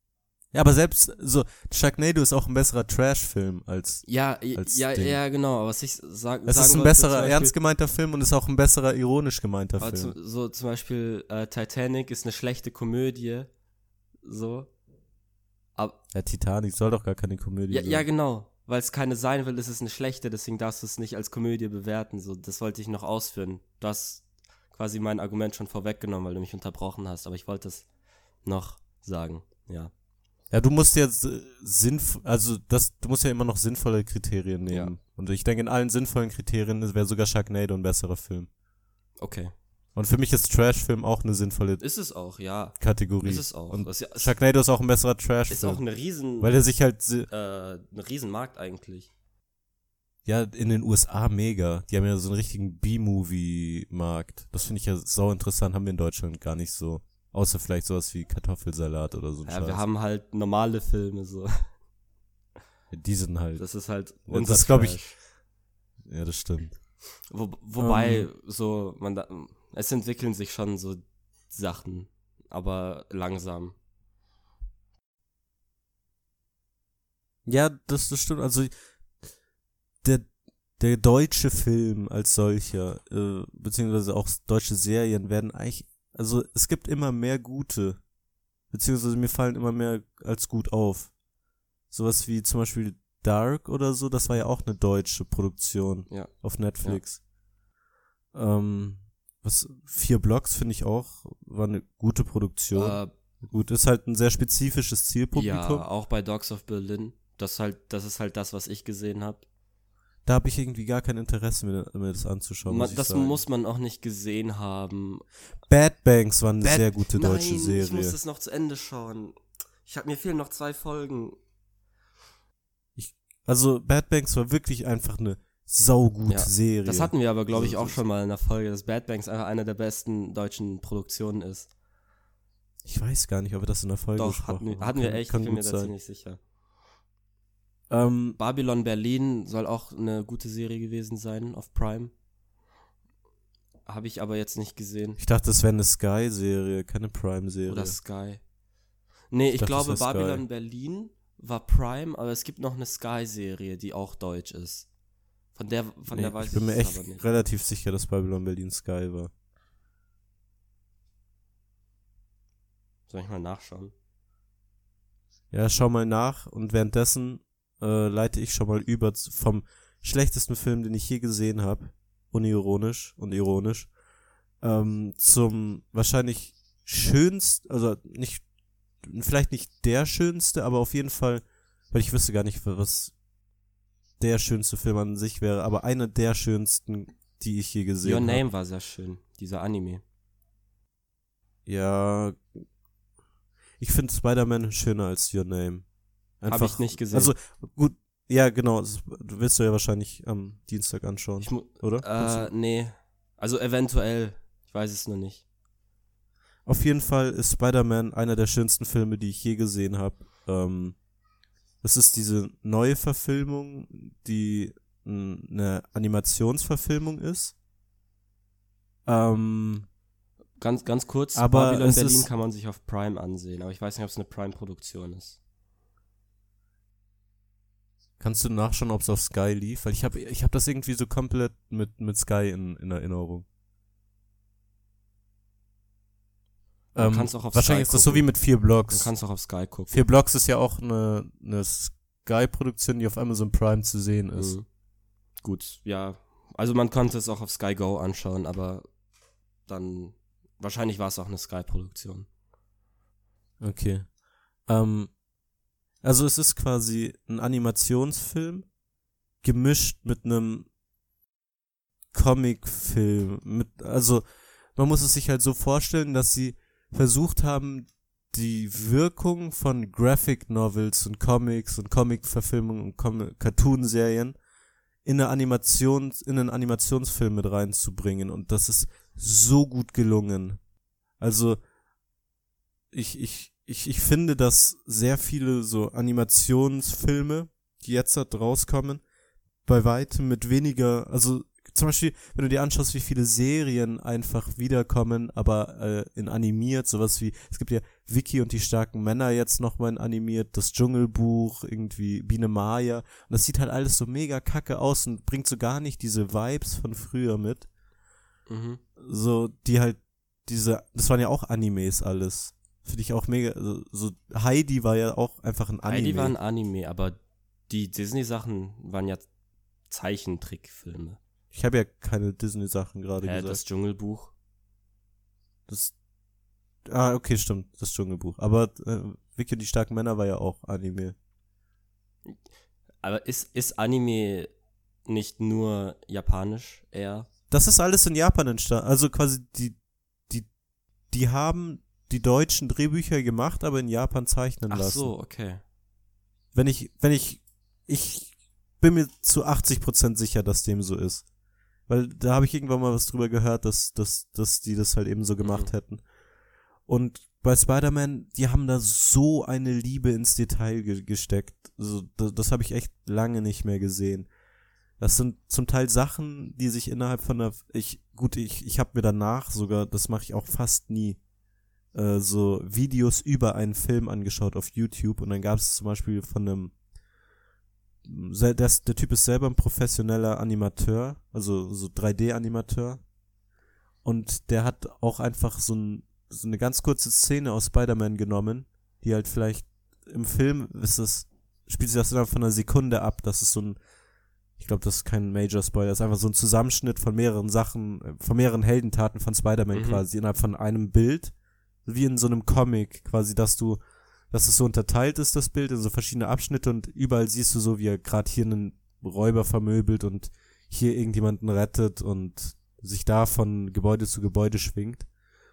Ja, aber selbst so, Sharknado ist auch ein besserer Trash-Film als. Ja, als ja, Ding. ja, genau. Aber was ich sag, Es sagen ist ein wollte, besserer, zum Beispiel, ernst gemeinter Film und ist auch ein besserer, ironisch gemeinter aber Film. zu, so zum Beispiel äh, Titanic ist eine schlechte Komödie. So. Aber, Ja, Titanic soll doch gar keine Komödie ja, sein. ja, genau. Weil es keine sein will, ist es eine schlechte, deswegen darfst du es nicht als Komödie bewerten. So, das wollte ich noch ausführen. Du hast quasi mein Argument schon vorweggenommen, weil du mich unterbrochen hast, aber ich wollte es noch sagen, ja. Ja, du musst jetzt äh, sinnvoll, also das, du musst ja immer noch sinnvolle Kriterien nehmen. Ja. Und ich denke, in allen sinnvollen Kriterien wäre sogar Sharknado ein besserer Film. Okay. Und für mich ist Trash-Film auch eine sinnvolle Ist es auch, ja. Kategorie. Ist es auch. Und Das ist, Sharknado ist auch ein besserer ist Trash-Film. auch eine riesen, Weil er sich halt, si- äh, ein Riesenmarkt eigentlich. ja, in den U S A mega. Die haben ja so einen richtigen B-Movie-Markt. Das finde ich ja sau interessant, haben wir in Deutschland gar nicht so. Außer vielleicht sowas wie Kartoffelsalat oder so ein Ja, Scheiß. wir haben halt normale Filme, so. Die sind halt. Das ist halt Und unser das glaub ich- Trash. Ja, das stimmt. Wo, wobei, Ähm. so, man da, es entwickeln sich schon so Sachen, aber langsam. Ja, das, das stimmt. Also der, der deutsche Film als solcher, äh, beziehungsweise auch deutsche Serien werden eigentlich, also es gibt immer mehr gute, beziehungsweise mir fallen immer mehr als gut auf. Sowas wie zum Beispiel Dark oder so, das war ja auch eine deutsche Produktion Ja. auf Netflix. Ähm, was, vier Blocks finde ich auch, war eine gute Produktion. Äh, Gut, ist halt ein sehr spezifisches Zielpublikum. ja, auch bei Dogs of Berlin. Das halt, das ist halt das, was ich gesehen habe. Da habe ich irgendwie gar kein Interesse, mir, mir das anzuschauen. muss Man, ich das sagen. muss man auch nicht gesehen haben. Bad Banks war eine Bad- sehr gute deutsche Nein, Serie. ich muss es noch zu Ende schauen. Ich hab, mir fehlen noch zwei Folgen. Also Bad Banks war wirklich einfach eine saugute Ja, Serie. Das hatten wir aber, glaube ich, Also, auch schon mal in der Folge, dass Bad Banks einfach eine der besten deutschen Produktionen ist. Ich weiß gar nicht, ob wir das in der Folge Doch, besprochen hatten wir, haben. hatten wir Kann- echt, kann ich bin gut mir da sein. ziemlich sicher. Ähm, Babylon Berlin soll auch eine gute Serie gewesen sein auf Prime. Habe ich aber jetzt nicht gesehen. ich dachte, das wäre eine Sky-Serie, keine Prime-Serie. Oder Sky. Nee, ich, dachte, glaube, das wär Sky. Babylon Berlin war Prime, aber es gibt noch eine Sky-Serie, die auch deutsch ist. Von der, von Nee, der weiß ich ich bin mir es echt aber nicht. relativ sicher, dass Babylon Berlin Sky war. Soll ich mal nachschauen? Ja, schau mal nach und währenddessen äh, leite ich schon mal über zu- vom schlechtesten Film, den ich je gesehen habe, unironisch und ironisch, ähm, zum wahrscheinlich schönsten, also nicht, vielleicht nicht der schönste, aber auf jeden Fall, weil ich wüsste gar nicht, was der schönste Film an sich wäre, aber einer der schönsten, die ich je gesehen Your habe. Name war sehr schön, dieser Anime. Ja, ich finde Spider-Man schöner als Your Name. Habe ich nicht gesehen. Also, gut, ja, genau, das willst du ja wahrscheinlich am Dienstag anschauen, Ich mu- oder? äh, nee. Also eventuell. Ich weiß es nur nicht. Auf jeden Fall ist Spider-Man einer der schönsten Filme, die ich je gesehen habe. Ähm, das ist diese neue Verfilmung, die n- eine Animationsverfilmung ist. Ähm, Ganz, ganz kurz, Aber Babylon es Berlin ist- kann man sich auf Prime ansehen, aber ich weiß nicht, ob es eine Prime-Produktion ist. kannst du nachschauen, ob es auf Sky lief? Weil ich habe ich hab das irgendwie so komplett mit, mit Sky in, in Erinnerung. Du Ähm, kannst auch auf wahrscheinlich Sky ist das so gucken. wie mit vier Du Blocks. kannst auch auf Sky gucken. Vier Blocks ist ja auch eine, eine Sky-Produktion, die auf Amazon Prime zu sehen ist. Mhm. Gut, ja. Also man konnte es auch auf Sky Go anschauen, aber dann wahrscheinlich war es auch eine Sky-Produktion. Okay. Ähm, also es ist quasi ein Animationsfilm gemischt mit einem Comicfilm. Mit, also man muss es sich halt so vorstellen, dass sie versucht haben, die Wirkung von Graphic Novels und Comics und Comic-Verfilmungen und Com- Cartoon-Serien in eine Animations, in einen Animationsfilm mit reinzubringen. Und das ist so gut gelungen. Also ich, ich, ich, ich finde, dass sehr viele so Animationsfilme, die jetzt da rauskommen, bei weitem mit weniger, also zum Beispiel, wenn du dir anschaust, wie viele Serien einfach wiederkommen, aber äh, in animiert, sowas wie, es gibt ja Vicky und die starken Männer jetzt nochmal in animiert, das Dschungelbuch, irgendwie Biene Maya, und das sieht halt alles so mega kacke aus und bringt so gar nicht diese Vibes von früher mit. Mhm. So, die halt, diese, das waren ja auch Animes alles. Finde ich auch mega, so, so Heidi war ja auch einfach ein Anime. Heidi war ein Anime, aber die Disney-Sachen waren ja Zeichentrickfilme. Ich habe ja keine Disney-Sachen gerade Äh, gesagt. das Dschungelbuch. Das, ah, okay, stimmt, das Dschungelbuch. Aber äh, Vicky und die starken Männer war ja auch Anime. Aber ist, ist Anime nicht nur japanisch eher? Das ist alles in Japan entstanden. Also quasi die, die, die haben die deutschen Drehbücher gemacht, aber in Japan zeichnen Ach lassen. so, okay. Wenn ich, wenn ich, ich bin mir zu achtzig Prozent sicher, dass dem so ist. Weil da habe ich irgendwann mal was drüber gehört, dass, dass, dass die das halt eben so gemacht Mhm. hätten. Und bei Spider-Man, die haben da so eine Liebe ins Detail ge- gesteckt. Also, das, das habe ich echt lange nicht mehr gesehen. Das sind zum Teil Sachen, die sich innerhalb von der, ich, gut, ich, ich habe mir danach sogar, das mache ich auch fast nie, äh, so Videos über einen Film angeschaut auf YouTube, und dann gab es zum Beispiel von einem, der, der Typ ist selber ein professioneller Animateur, also so drei D-Animateur, und der hat auch einfach so, ein, so eine ganz kurze Szene aus Spider-Man genommen, die halt vielleicht im Film ist das, spielt sich das innerhalb von einer Sekunde ab, das ist so ein, ich glaube, das ist kein Major Spoiler, das ist einfach so ein Zusammenschnitt von mehreren Sachen, von mehreren Heldentaten von Spider-Man Mhm. quasi, innerhalb von einem Bild, wie in so einem Comic, quasi, dass du, dass es so unterteilt ist, das Bild, in so verschiedene Abschnitte, und überall siehst du so, wie er gerade hier einen Räuber vermöbelt und hier irgendjemanden rettet und sich da von Gebäude zu Gebäude schwingt.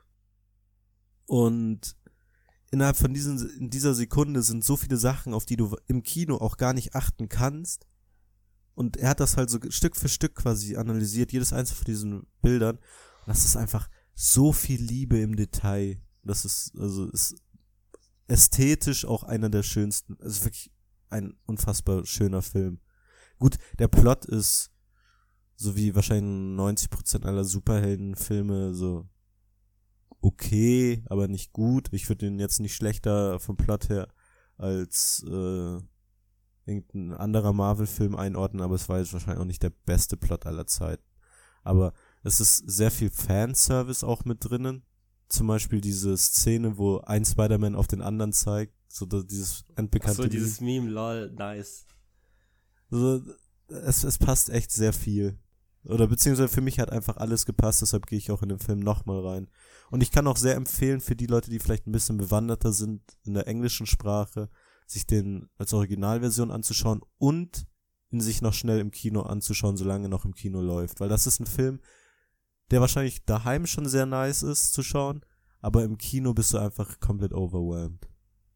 Und innerhalb von diesen, in dieser Sekunde sind so viele Sachen, auf die du im Kino auch gar nicht achten kannst. Und er hat das halt so Stück für Stück quasi analysiert, jedes einzelne von diesen Bildern. Und das ist einfach so viel Liebe im Detail. Das ist, also, ist ästhetisch auch einer der schönsten, also wirklich ein unfassbar schöner Film. Gut, der Plot ist, so wie wahrscheinlich neunzig Prozent aller Superheldenfilme, so okay, aber nicht gut. Ich würde den jetzt nicht schlechter vom Plot her als äh, irgendein anderer Marvel-Film einordnen, aber es war jetzt wahrscheinlich auch nicht der beste Plot aller Zeiten. Aber es ist sehr viel Fanservice auch mit drinnen. Zum Beispiel diese Szene, wo ein Spider-Man auf den anderen zeigt, so da- dieses entbekannte Achso, dieses Meme, lol, nice. So, es, es passt echt sehr viel. Oder beziehungsweise für mich hat einfach alles gepasst, deshalb gehe ich auch in den Film nochmal rein. Und ich kann auch sehr empfehlen für die Leute, die vielleicht ein bisschen bewanderter sind in der englischen Sprache, sich den als Originalversion anzuschauen und ihn sich noch schnell im Kino anzuschauen, solange er noch im Kino läuft. Weil das ist ein Film, der wahrscheinlich daheim schon sehr nice ist zu schauen, aber im Kino bist du einfach komplett overwhelmed.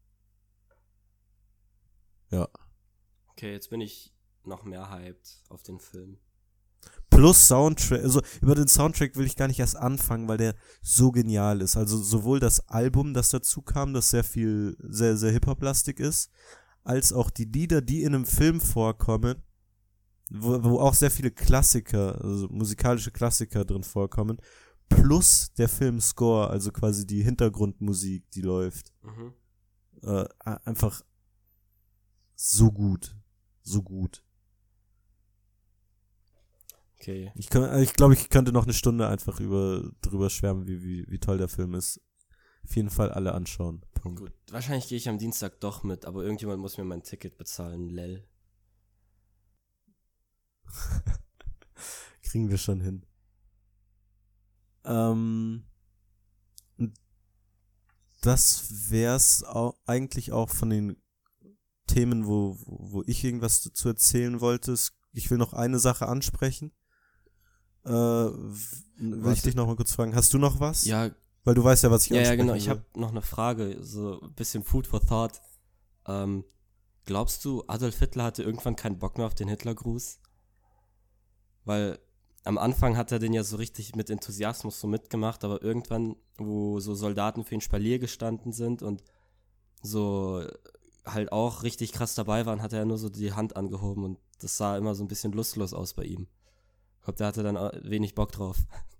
Ja. Okay, jetzt bin ich noch mehr hyped auf den Film. Plus Soundtrack, also über den Soundtrack will ich gar nicht erst anfangen, weil der so genial ist. Also sowohl das Album, das dazu kam, das sehr viel, sehr, sehr Hip-Hop-lastig ist, als auch die Lieder, die in einem Film vorkommen, wo, wo auch sehr viele Klassiker, also musikalische Klassiker drin vorkommen, plus der Filmscore, also quasi die Hintergrundmusik, die läuft. Mhm. Äh, einfach so gut. So gut. Okay. Ich, kann, ich glaube, ich könnte noch eine Stunde einfach über, drüber schwärmen, wie, wie, wie toll der Film ist. Auf jeden Fall alle anschauen. Punkt. Gut, wahrscheinlich gehe ich am Dienstag doch mit, aber irgendjemand muss mir mein Ticket bezahlen, lel. Kriegen wir schon hin. Ähm, das wär's auch, eigentlich auch von den Themen, wo, wo ich irgendwas zu erzählen wollte. Ich will noch eine Sache ansprechen. Äh, will Warte. ich dich noch mal kurz fragen, hast du noch was? Ja, Weil du weißt ja, was ich ja, ja, ansprechen genau. Ich will. habe noch eine Frage, so ein bisschen Food for Thought. Ähm, glaubst du, Adolf Hitler hatte irgendwann keinen Bock mehr auf den Hitlergruß? Weil am Anfang hat er den ja so richtig mit Enthusiasmus so mitgemacht, aber irgendwann, wo so Soldaten für ihn Spalier gestanden sind und so halt auch richtig krass dabei waren, hat er ja nur so die Hand angehoben und das sah immer so ein bisschen lustlos aus bei ihm. Ich glaube, der hatte dann auch wenig Bock drauf.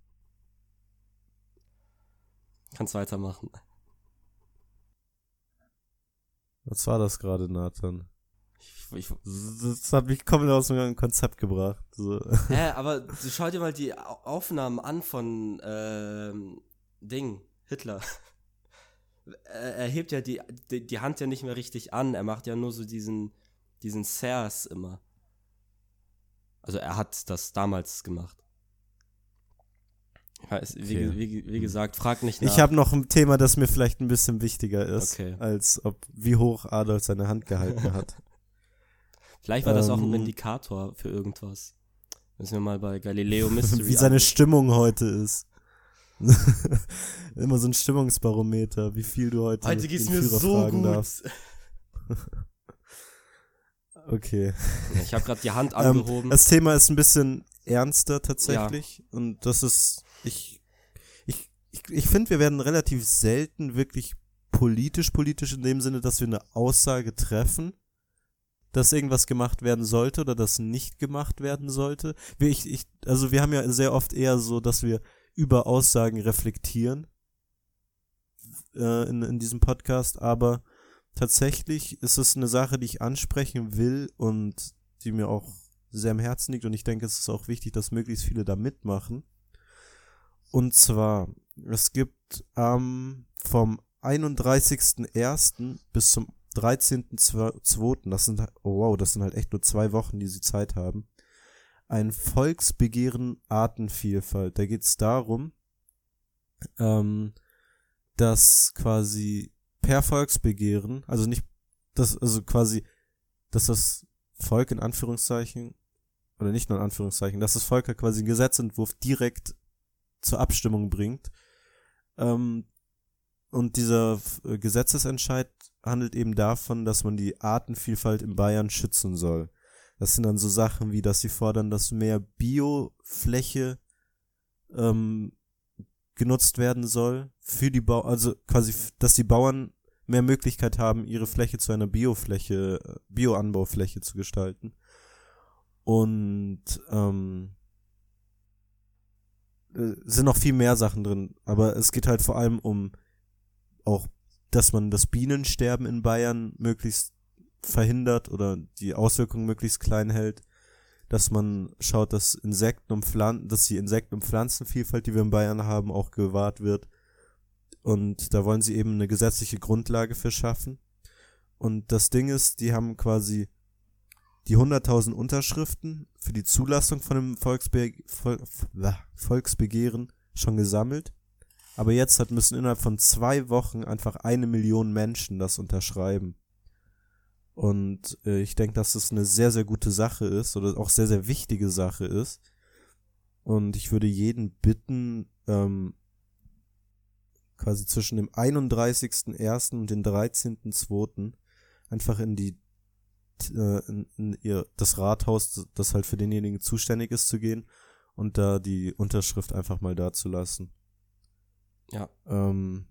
Kannst weitermachen. Was war das gerade, Nathan? Ich, ich, Das hat mich komplett aus dem Konzept gebracht. So. Hä, aber du schau dir mal die Au- Aufnahmen an von ähm, Ding, Hitler. Er, er hebt ja die, die, die Hand ja nicht mehr richtig an. Er macht ja nur so diesen, diesen Sers immer. Also er hat das damals gemacht. Ich weiß, wie, Okay. wie, wie gesagt, frag nicht nach. Ich habe noch ein Thema, das mir vielleicht ein bisschen wichtiger ist, Okay. als ob wie hoch Adolf seine Hand gehalten hat. Vielleicht war das auch ein Ähm, Indikator für irgendwas. Müssen wir mal bei Galileo Mystery wie seine an- Stimmung heute ist. Immer so ein Stimmungsbarometer, wie viel du heute, Heute geht's den mir Führer so fragen gut. darfst. Okay. Ich habe gerade die Hand Ähm, angehoben. das Thema ist ein bisschen ernster tatsächlich. Und das ist, ich, ich, ich, ich finde, wir werden relativ selten wirklich politisch, politisch in dem Sinne, dass wir eine Aussage treffen, dass irgendwas gemacht werden sollte oder das nicht gemacht werden sollte. Wir, ich, ich, also wir haben ja sehr oft eher so, dass wir über Aussagen reflektieren äh, in, in diesem Podcast, aber tatsächlich ist es eine Sache, die ich ansprechen will und die mir auch sehr am Herzen liegt und ich denke, es ist auch wichtig, dass möglichst viele da mitmachen. Und zwar, es gibt ähm, vom einunddreißigsten ersten bis zum dreizehnten zweiten, das sind, oh wow, das sind halt echt nur zwei Wochen, die sie Zeit haben, ein Volksbegehren Artenvielfalt. Da geht es darum, ähm, dass quasi per Volksbegehren, also nicht, das, also quasi, dass das Volk in Anführungszeichen, oder nicht nur in Anführungszeichen, dass das Volk halt quasi einen Gesetzentwurf direkt zur Abstimmung bringt. Ähm, und dieser äh, Gesetzesentscheid handelt eben davon, dass man die Artenvielfalt in Bayern schützen soll. Das sind dann so Sachen wie, dass sie fordern, dass mehr Biofläche ähm, genutzt werden soll für die Bau, also quasi, dass die Bauern mehr Möglichkeit haben, ihre Fläche zu einer Biofläche, äh, Bioanbaufläche zu gestalten. Und ähm, äh, sind noch viel mehr Sachen drin, aber es geht halt vor allem um auch, dass man das Bienensterben in Bayern möglichst verhindert oder die Auswirkungen möglichst klein hält, dass man schaut, dass Insekten und Pflanzen, dass die Insekten- und Pflanzenvielfalt, die wir in Bayern haben, auch gewahrt wird. Und da wollen sie eben eine gesetzliche Grundlage für schaffen. Und das Ding ist, die haben quasi die hunderttausend Unterschriften für die Zulassung von einem Volksbe- Vol- Volksbegehren schon gesammelt. Aber jetzt hat müssen innerhalb von zwei Wochen einfach eine Million Menschen das unterschreiben. Und äh, ich denke, dass das eine sehr, sehr gute Sache ist oder auch sehr, sehr wichtige Sache ist. Und ich würde jeden bitten, ähm, quasi zwischen dem einunddreißigsten ersten und dem dreizehnten zweiten einfach in die äh, in, in ihr das Rathaus, das halt für denjenigen zuständig ist, zu gehen und da die Unterschrift einfach mal dazulassen. Ja. Ähm,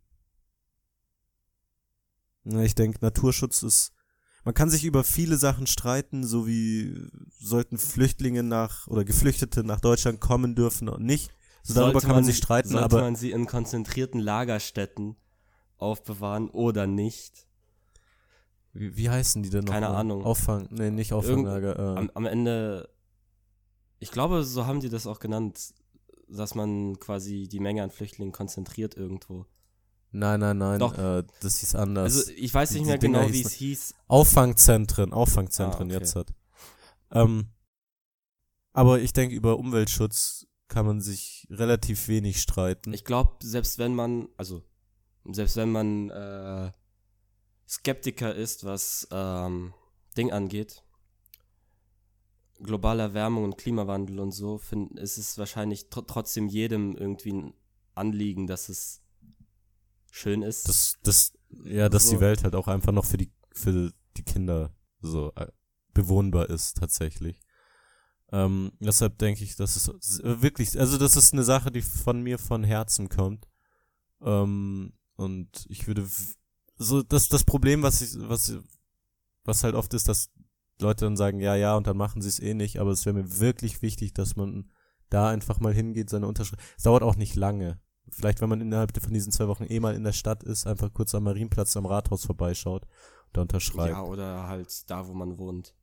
na, ich denke, Naturschutz ist, man kann sich über viele Sachen streiten, so wie sollten Flüchtlinge nach oder Geflüchtete nach Deutschland kommen dürfen und nicht. So darüber Sollte kann man sich streiten, sollte aber man sie in konzentrierten Lagerstätten aufbewahren oder nicht? wie, wie heißen die denn noch? Keine mal? Ahnung. Auffang, nee, nicht Auffanglager. Äh, Am, am Ende, ich glaube, so haben die das auch genannt, dass man quasi die Menge an Flüchtlingen konzentriert irgendwo. nein, nein, nein, Doch. äh, das hieß anders. Also ich weiß Die- nicht die mehr Dinger genau, wie hießen- es hieß. Auffangzentren, Auffangzentren Ah, okay. jetzt hat. Ähm, aber ich denke, über Umweltschutz kann man sich relativ wenig streiten. Ich glaube, selbst wenn man, also selbst wenn man äh, Skeptiker ist, was ähm, Ding angeht, globale Erwärmung und Klimawandel und so, find, ist es wahrscheinlich tr- trotzdem jedem irgendwie ein Anliegen, dass es schön ist. das, das, ja, dass So. die Welt halt auch einfach noch für die, für die Kinder so äh, bewohnbar ist, tatsächlich. Ähm, deshalb denke ich, dass es wirklich, also das ist eine Sache, die von mir von Herzen kommt. Ähm, und ich würde, w- so, das, das Problem, was ich, was, was halt oft ist, dass Leute dann sagen, ja, ja, und dann machen sie es eh nicht, aber es wäre mir wirklich wichtig, dass man da einfach mal hingeht, seine Unterschrift. Es dauert auch nicht lange. Vielleicht, wenn man innerhalb von diesen zwei Wochen eh mal in der Stadt ist, einfach kurz am Marienplatz am Rathaus vorbeischaut und da unterschreibt. Ja, oder halt da, wo man wohnt.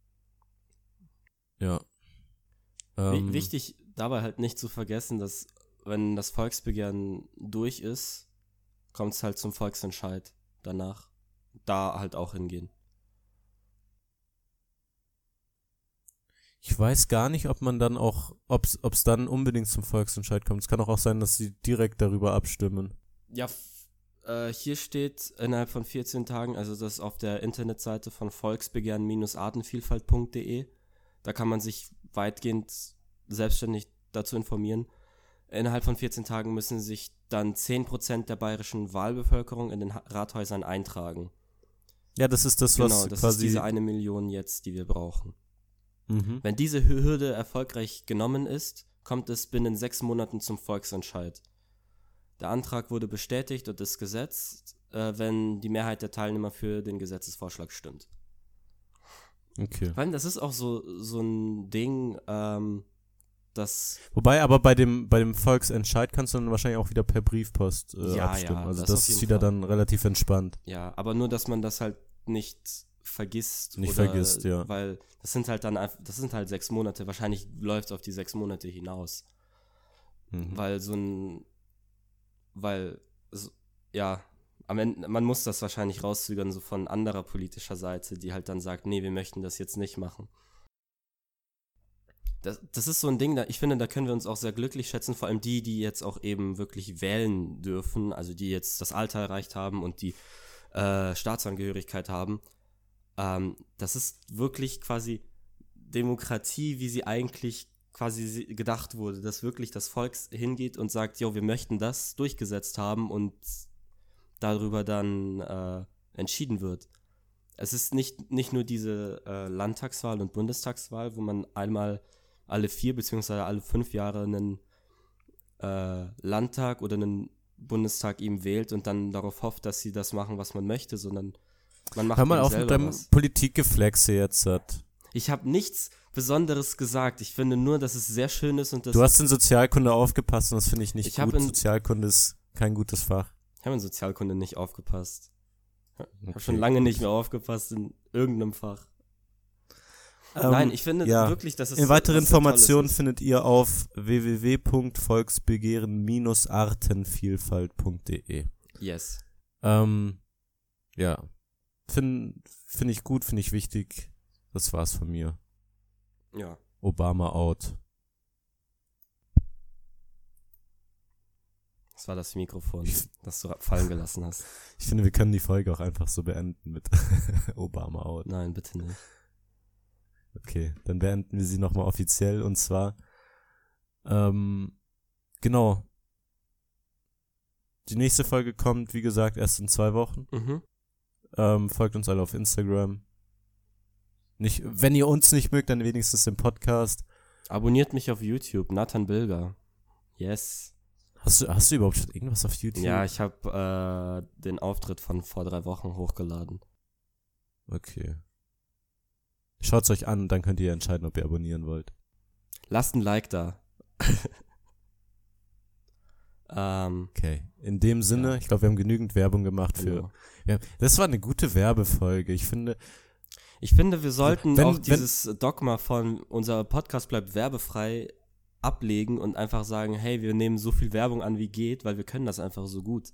Ja. Ähm, Wichtig dabei halt nicht zu vergessen, dass wenn das Volksbegehren durch ist, kommt es halt zum Volksentscheid danach. Da halt auch hingehen. Ich weiß gar nicht, ob man dann auch, ob es dann unbedingt zum Volksentscheid kommt. Es kann auch, auch sein, dass sie direkt darüber abstimmen. Ja, f- äh, hier steht innerhalb von vierzehn Tagen, also das ist auf der Internetseite von volksbegehren-artenvielfalt punkt de. Da kann man sich weitgehend selbstständig dazu informieren. Innerhalb von vierzehn Tagen müssen sich dann zehn Prozent der bayerischen Wahlbevölkerung in den ha- Rathäusern eintragen. Ja, das ist das, Genau, was das quasi... ist diese eine Million jetzt, die wir brauchen. Mhm. Wenn diese Hürde erfolgreich genommen ist, kommt es binnen sechs Monaten zum Volksentscheid. Der Antrag wurde bestätigt und ist gesetzt, äh, wenn die Mehrheit der Teilnehmer für den Gesetzesvorschlag stimmt. Okay. Weil das ist auch so, so ein Ding, ähm, das... Wobei, aber bei dem, bei dem Volksentscheid kannst du dann wahrscheinlich auch wieder per Briefpost äh, Ja, abstimmen. ja, also das das, auf ist jeden wieder Fall. dann relativ entspannt. Ja, aber nur, dass man das halt nicht vergisst. Nicht oder, vergisst, ja. Weil das sind halt dann einfach, das sind halt sechs Monate. Wahrscheinlich läuft es auf die sechs Monate hinaus. Mhm. Weil so ein, weil, so, ja, am Ende, man muss das wahrscheinlich rauszögern, so von anderer politischer Seite, die halt dann sagt, nee, wir möchten das jetzt nicht machen. Das, das ist so ein Ding, da, ich finde, da können wir uns auch sehr glücklich schätzen, vor allem die, die jetzt auch eben wirklich wählen dürfen, also die jetzt das Alter erreicht haben und die äh, Staatsangehörigkeit haben. Ähm, das ist wirklich quasi Demokratie, wie sie eigentlich quasi gedacht wurde, dass wirklich das Volk hingeht und sagt, jo, wir möchten das durchgesetzt haben und darüber dann äh, entschieden wird. Es ist nicht, nicht nur diese äh, Landtagswahl und Bundestagswahl, wo man einmal alle vier beziehungsweise alle fünf Jahre einen äh, Landtag oder einen Bundestag eben wählt und dann darauf hofft, dass sie das machen, was man möchte, sondern man macht Hör mal eben auf mit selber deinem was. Politikgeflexe jetzt. Hat. Ich habe nichts Besonderes gesagt. Ich finde nur, dass es sehr schön ist und dass Du hast in Sozialkunde aufgepasst und das finde ich nicht Ich hab gut. in- Sozialkunde ist kein gutes Fach. ich habe in Sozialkunde nicht aufgepasst. Ich habe Okay, schon lange gut. nicht mehr aufgepasst in irgendeinem Fach. Ähm, Nein, ich finde ja. wirklich, dass es In weitere was sehr Informationen Tolles ist. findet ihr auf w w w punkt volksbegehren Bindestrich artenvielfalt punkt de. Yes. Ähm, ja. Finde find ich gut, finde ich wichtig. Das war's von mir. Ja. Obama out. Das war das Mikrofon, das du fallen gelassen hast. Ich finde, wir können die Folge auch einfach so beenden mit Obama out. Nein, bitte nicht. Okay, dann beenden wir sie nochmal offiziell und zwar, ähm, genau. Die nächste Folge kommt, wie gesagt, erst in zwei Wochen. Mhm. Ähm, folgt uns alle auf Instagram. Nicht, wenn ihr uns nicht mögt, dann wenigstens den Podcast. Abonniert mich auf YouTube, Nathan Bilger. Yes. Hast du, hast du überhaupt schon irgendwas auf YouTube? Ja, ich habe äh, den Auftritt von vor drei Wochen hochgeladen. Okay. Schaut's euch an, dann könnt ihr entscheiden, ob ihr abonnieren wollt. Lasst ein Like da. ähm, Okay. In dem Sinne, Ja. ich glaube, wir haben genügend Werbung gemacht für. genau. Ja, das war eine gute Werbefolge. Ich finde, Ich finde, wir sollten Wenn- auch wenn- dieses Dogma von unser Podcast bleibt werbefrei ablegen und einfach sagen, hey, wir nehmen so viel Werbung an, wie geht, weil wir können das einfach so gut.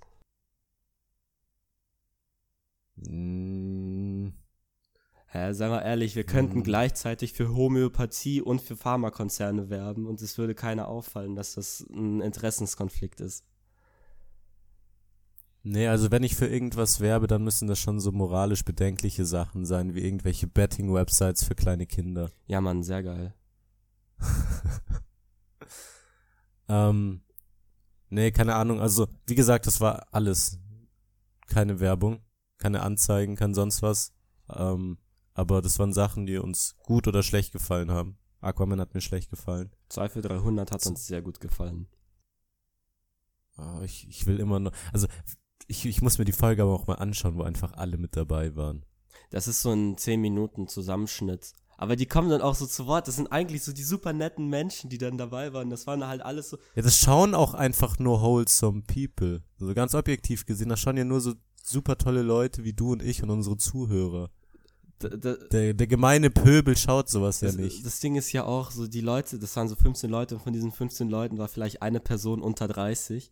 mh, Hä, sei mal ehrlich, wir könnten Hm. gleichzeitig für Homöopathie und für Pharmakonzerne werben und es würde keiner auffallen, dass das ein Interessenskonflikt ist. nee, also wenn ich für irgendwas werbe, dann müssen das schon so moralisch bedenkliche Sachen sein, wie irgendwelche Betting-Websites für kleine Kinder. Ja, Mann, sehr geil. ähm, nee, keine Ahnung, also wie gesagt, das war alles. Keine Werbung, keine Anzeigen, kein sonst was. Ähm, aber das waren Sachen, die uns gut oder schlecht gefallen haben. Aquaman hat mir schlecht gefallen. Zweifel dreihundert hat uns sehr gut gefallen. Oh, ich, ich will immer noch, also ich, ich muss mir die Folge aber auch mal anschauen, wo einfach alle mit dabei waren. Das ist so ein zehn Minuten Zusammenschnitt Aber die kommen dann auch so zu Wort. Das sind eigentlich so die super netten Menschen, die dann dabei waren. Das waren halt alles so. Ja, das schauen auch einfach nur wholesome people. Also ganz objektiv gesehen, das schauen ja nur so super tolle Leute wie du und ich und unsere Zuhörer. D- d- Der, der gemeine Pöbel schaut sowas ja das, nicht. das Ding ist ja auch so, die Leute, das waren so fünfzehn Leute und von diesen fünfzehn Leuten war vielleicht eine Person unter dreißig.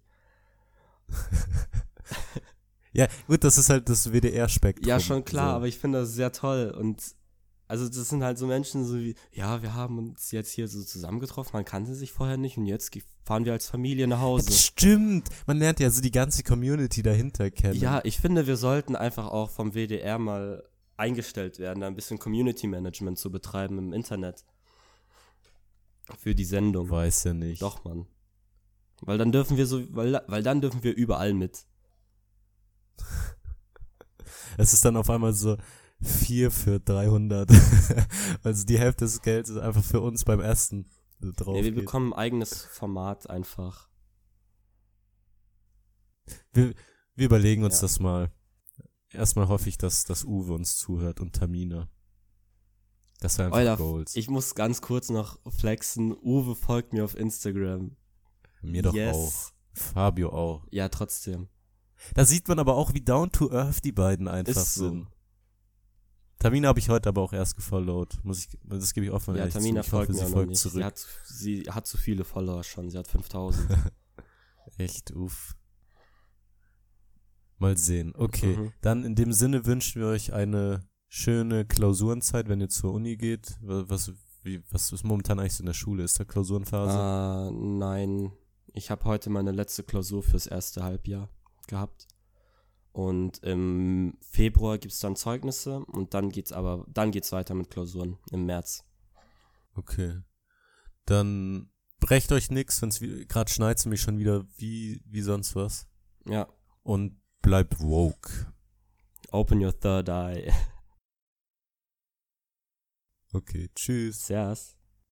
Ja, gut, das ist halt das W D R-Spektrum. Ja, schon klar, so. aber ich finde das sehr toll und also das sind halt so Menschen so wie, ja, wir haben uns jetzt hier so zusammengetroffen, man kannte sich vorher nicht und jetzt ge- fahren wir als Familie nach Hause. Stimmt, man lernt ja so die ganze Community dahinter kennen. Ja, ich finde, wir sollten einfach auch vom W D R mal eingestellt werden, da ein bisschen Community Management zu betreiben im Internet. Für die Sendung. Weiß ja nicht. Doch, Mann. Weil dann dürfen wir so, weil, weil dann dürfen wir überall mit. Es ist dann auf einmal so vier für dreihundert. Also die Hälfte des Geldes ist einfach für uns beim Essen drauf. Nee, wir geht. bekommen ein eigenes Format einfach. Wir, wir überlegen uns Ja. das mal. Erstmal hoffe ich, dass, dass Uwe uns zuhört und Tamina. Das wäre einfach Alter, Goals. ich muss ganz kurz noch flexen. Uwe folgt mir auf Instagram. Mir doch Yes. auch. Fabio auch. Ja, trotzdem. Da sieht man aber auch, wie down to earth die beiden einfach Ist so. sind. Tamina habe ich heute aber auch erst gefollowt. Muss ich, das gebe ich offen Ja, ehrlich Tamina zu. Ich folgt hoffe, mir sie auch noch folgt nicht. zurück. Sie hat, sie hat zu viele Follower schon. Sie hat fünftausend. Echt, uff. Mal sehen. Okay, Mhm. dann in dem Sinne wünschen wir euch eine schöne Klausurenzeit, wenn ihr zur Uni geht. Wa- Was, wie, was ist momentan eigentlich so in der Schule? Ist da Klausurenphase? Äh, nein. Ich habe heute meine letzte Klausur fürs erste Halbjahr gehabt. Und im Februar gibt's dann Zeugnisse und dann geht's aber, dann geht's weiter mit Klausuren im März. Okay. Dann brecht euch nix, wenn's gerade schneit's nämlich schon wieder wie, wie sonst was. Ja. Und bleibt woke. Open your third eye. Okay, tschüss. Servus.